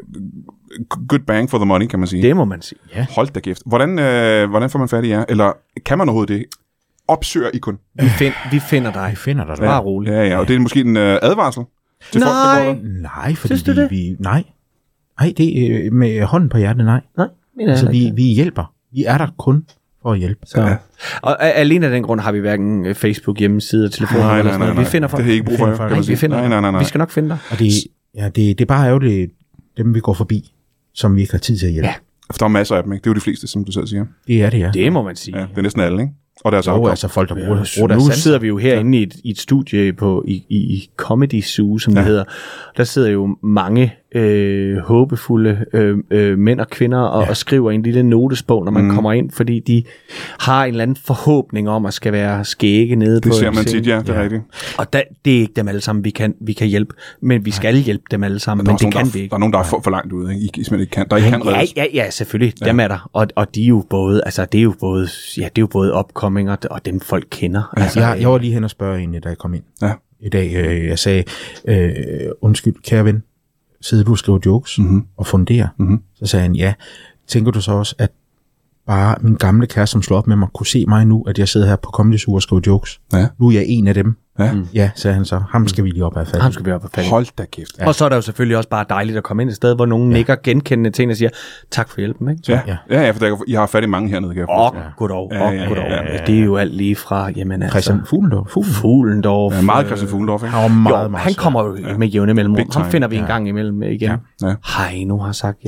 good bang for the money, kan man sige. Det må man sige, ja. Hold da kæft. Hvordan får man fat i jer? Eller kan man overhovedet det? Opsøger I kun? Vi finder dig. Vi finder dig. Bare roligt. Ja, og det er måske en advarsel til folk, der går der? Nej, fordi vi nej, det er med hånden på hjertet, nej. Altså, vi hjælper. Vi er der kun for at hjælpe. Så. Ja. Og alene af den grund har vi hverken Facebook, hjemmeside og telefon eller sådan noget. Vi finder folk. Det har I ikke brug for, kan man sige. Nej. Vi skal nok finde dig. Og det er bare ærgerligt, dem vi går forbi, som vi ikke har tid til at hjælpe. Ja. For der er masser af dem, ikke? Det er jo de fleste, som du selv siger. Det er det, ja. Det må man sige. Ja, det er næsten alle, ikke? Og deres altså folk, der bruger deres Nu sidder vi jo herinde i et studie i Comedy Zoo, som det hedder. Der sidder jo mange håbefulde mænd og kvinder og skriver en lille notesbog, når man kommer ind, fordi de har en eller anden forhåbning om at skal være skægge nede på. Det ser man tit, ja, det er rigtigt. Og det er ikke dem alle sammen, vi kan hjælpe, men vi skal hjælpe dem alle sammen, men det kan vi ikke. Der er nogen, der er for langt ude, ikke? I simpelthen ikke kan. Der ikke kan reddes. Ja, selvfølgelig. Dem er der. Og de er jo både, altså det er jo både opkoming og dem folk kender. Ja, altså, jeg var lige hen og spørge en, da jeg kom ind. Ja. I dag, jeg sagde, undskyld, kære ven, sidder du og skriver jokes og funderer? Så sagde han, ja. Tænker du så også, at bare min gamle kæreste, som slår op med mig, kunne se mig nu, at jeg sidder her på Comedy Zoo og skriver jokes? Ja. Nu er jeg en af dem. Ja, sagde han så. Ham skal vi lige op af fat. Hold da kæft. Ja. Og så er der jo selvfølgelig også bare dejligt at komme ind et sted, hvor nogen nikker genkendende ting og siger, tak for hjælpen, ikke? Ja, for I har fat i mange hernede, kan jeg forstå. Goddag. Det er jo alt lige fra, jamen altså... Christian Fuglendorf. Ja, meget Christian Fuglendorf, ikke? Han var meget han kommer jo med jævne mellemrum. Ham finder vi en gang imellem igen. Hej, nu har sagt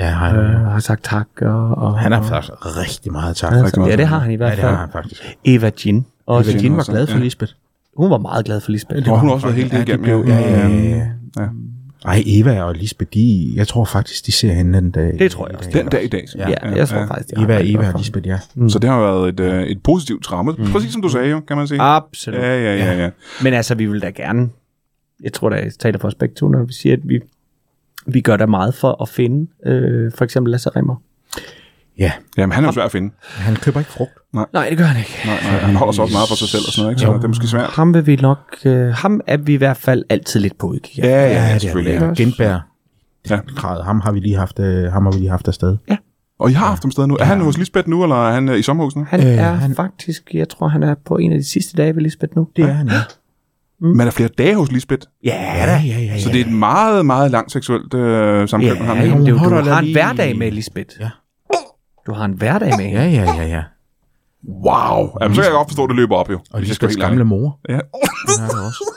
har sagt tak. Og han har faktisk rigtig meget tak. Ja, det har han i hvert fald. Ja, det har han faktisk. Eva Jean. Eva Jean var glad for Lisbeth. Hun var meget glad for Lisbeth. Hun har også været helt det igennem. Ja. Ej, Eva og Lisbeth, jeg tror faktisk, de ser hende den dag. Det tror jeg også. Den dag i dag. Ja, jeg tror faktisk, Eva og Lisbeth, ja. Så det har været et positivt traume. Præcis som du sagde jo, kan man sige. Absolut. Ja. Men altså, vi vil da gerne, jeg tror da, jeg taler for os begge to, når vi siger, at vi gør da meget for at finde for eksempel Lasse Rimmer. Ja. Jamen, han er jo svær at finde. Han køber ikke frugt. Nej, det gør han ikke. Nej, han holder så også meget for sig selv og sådan noget, ikke? Så det er måske svært. Ham vil vi nok... ham er vi i hvert fald altid lidt på udkig. Ja, selvfølgelig. Ja. Genbær. Ja. Ham har vi lige haft afsted. Ja. Og I har haft ham afsted nu. Er han hos Lisbeth nu, eller er han i sommerhuset nu? Han er faktisk... Jeg tror, han er på en af de sidste dage ved Lisbeth nu. Det er han, ja. Men er der flere dage hos Lisbeth? Ja. Så det er et meget, meget langt seksuelt samkvem med ham. Ja, du har en hverdag med Lisbeth. Ja. Du har en hverdag med hende. Ja. Wow. Jamen, så kan jeg godt forstå, at det løber op jo. Og Lisbeths gamle mor. Ja. Den er der også.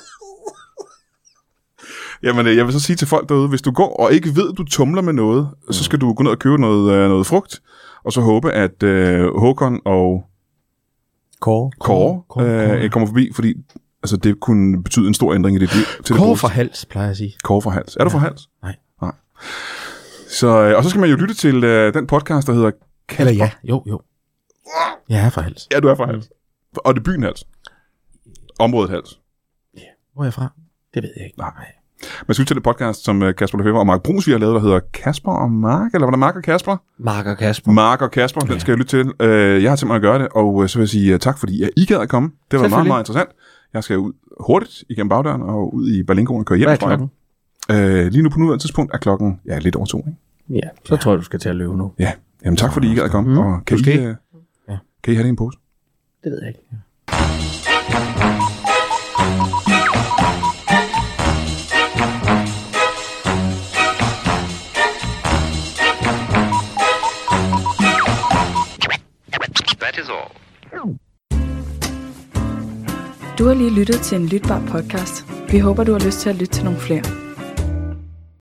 Jamen, jeg vil så sige til folk derude, hvis du går og ikke ved, at du tumler med noget, så skal du gå ned og købe noget frugt, og så håbe, at Håkon og Kåre kommer forbi, fordi altså, det kunne betyde en stor ændring i dit liv. Kåre for hals, plejer jeg at sige. Kåre for hals. Er du for hals? Nej. Så, og så skal man jo lytte til den podcast, der hedder Kasper. Eller jo. Jeg er for hals. Ja, du er for hals. Og det er byen hals. Området hals. Hvor er jeg fra? Det ved jeg ikke. Nej. Man skal lytte til det podcast, som Kasper Lefebvre og Mark Bruns, vi har lavet, der hedder Kasper og Mark, eller var der Mark og Kasper? Mark og Kasper, den skal jeg lytte til. Jeg har tænkt mig at gøre det, og så vil jeg sige tak, fordi I gad at komme. Det var meget, meget interessant. Jeg skal ud hurtigt igennem bagdøren og ud i Berlingoen og køre hjem. Hvad er klokken? Lige nu på nuværende tidspunkt er klokken lidt over 2, ikke? Ja, så tror jeg, du skal til at løbe nu. Ja, jamen tak fordi I gad at komme. Og kan I have det i en pose? Det ved jeg ikke. That is all. Du har lige lyttet til en lytbar podcast. Vi håber, du har lyst til at lytte til nogle flere.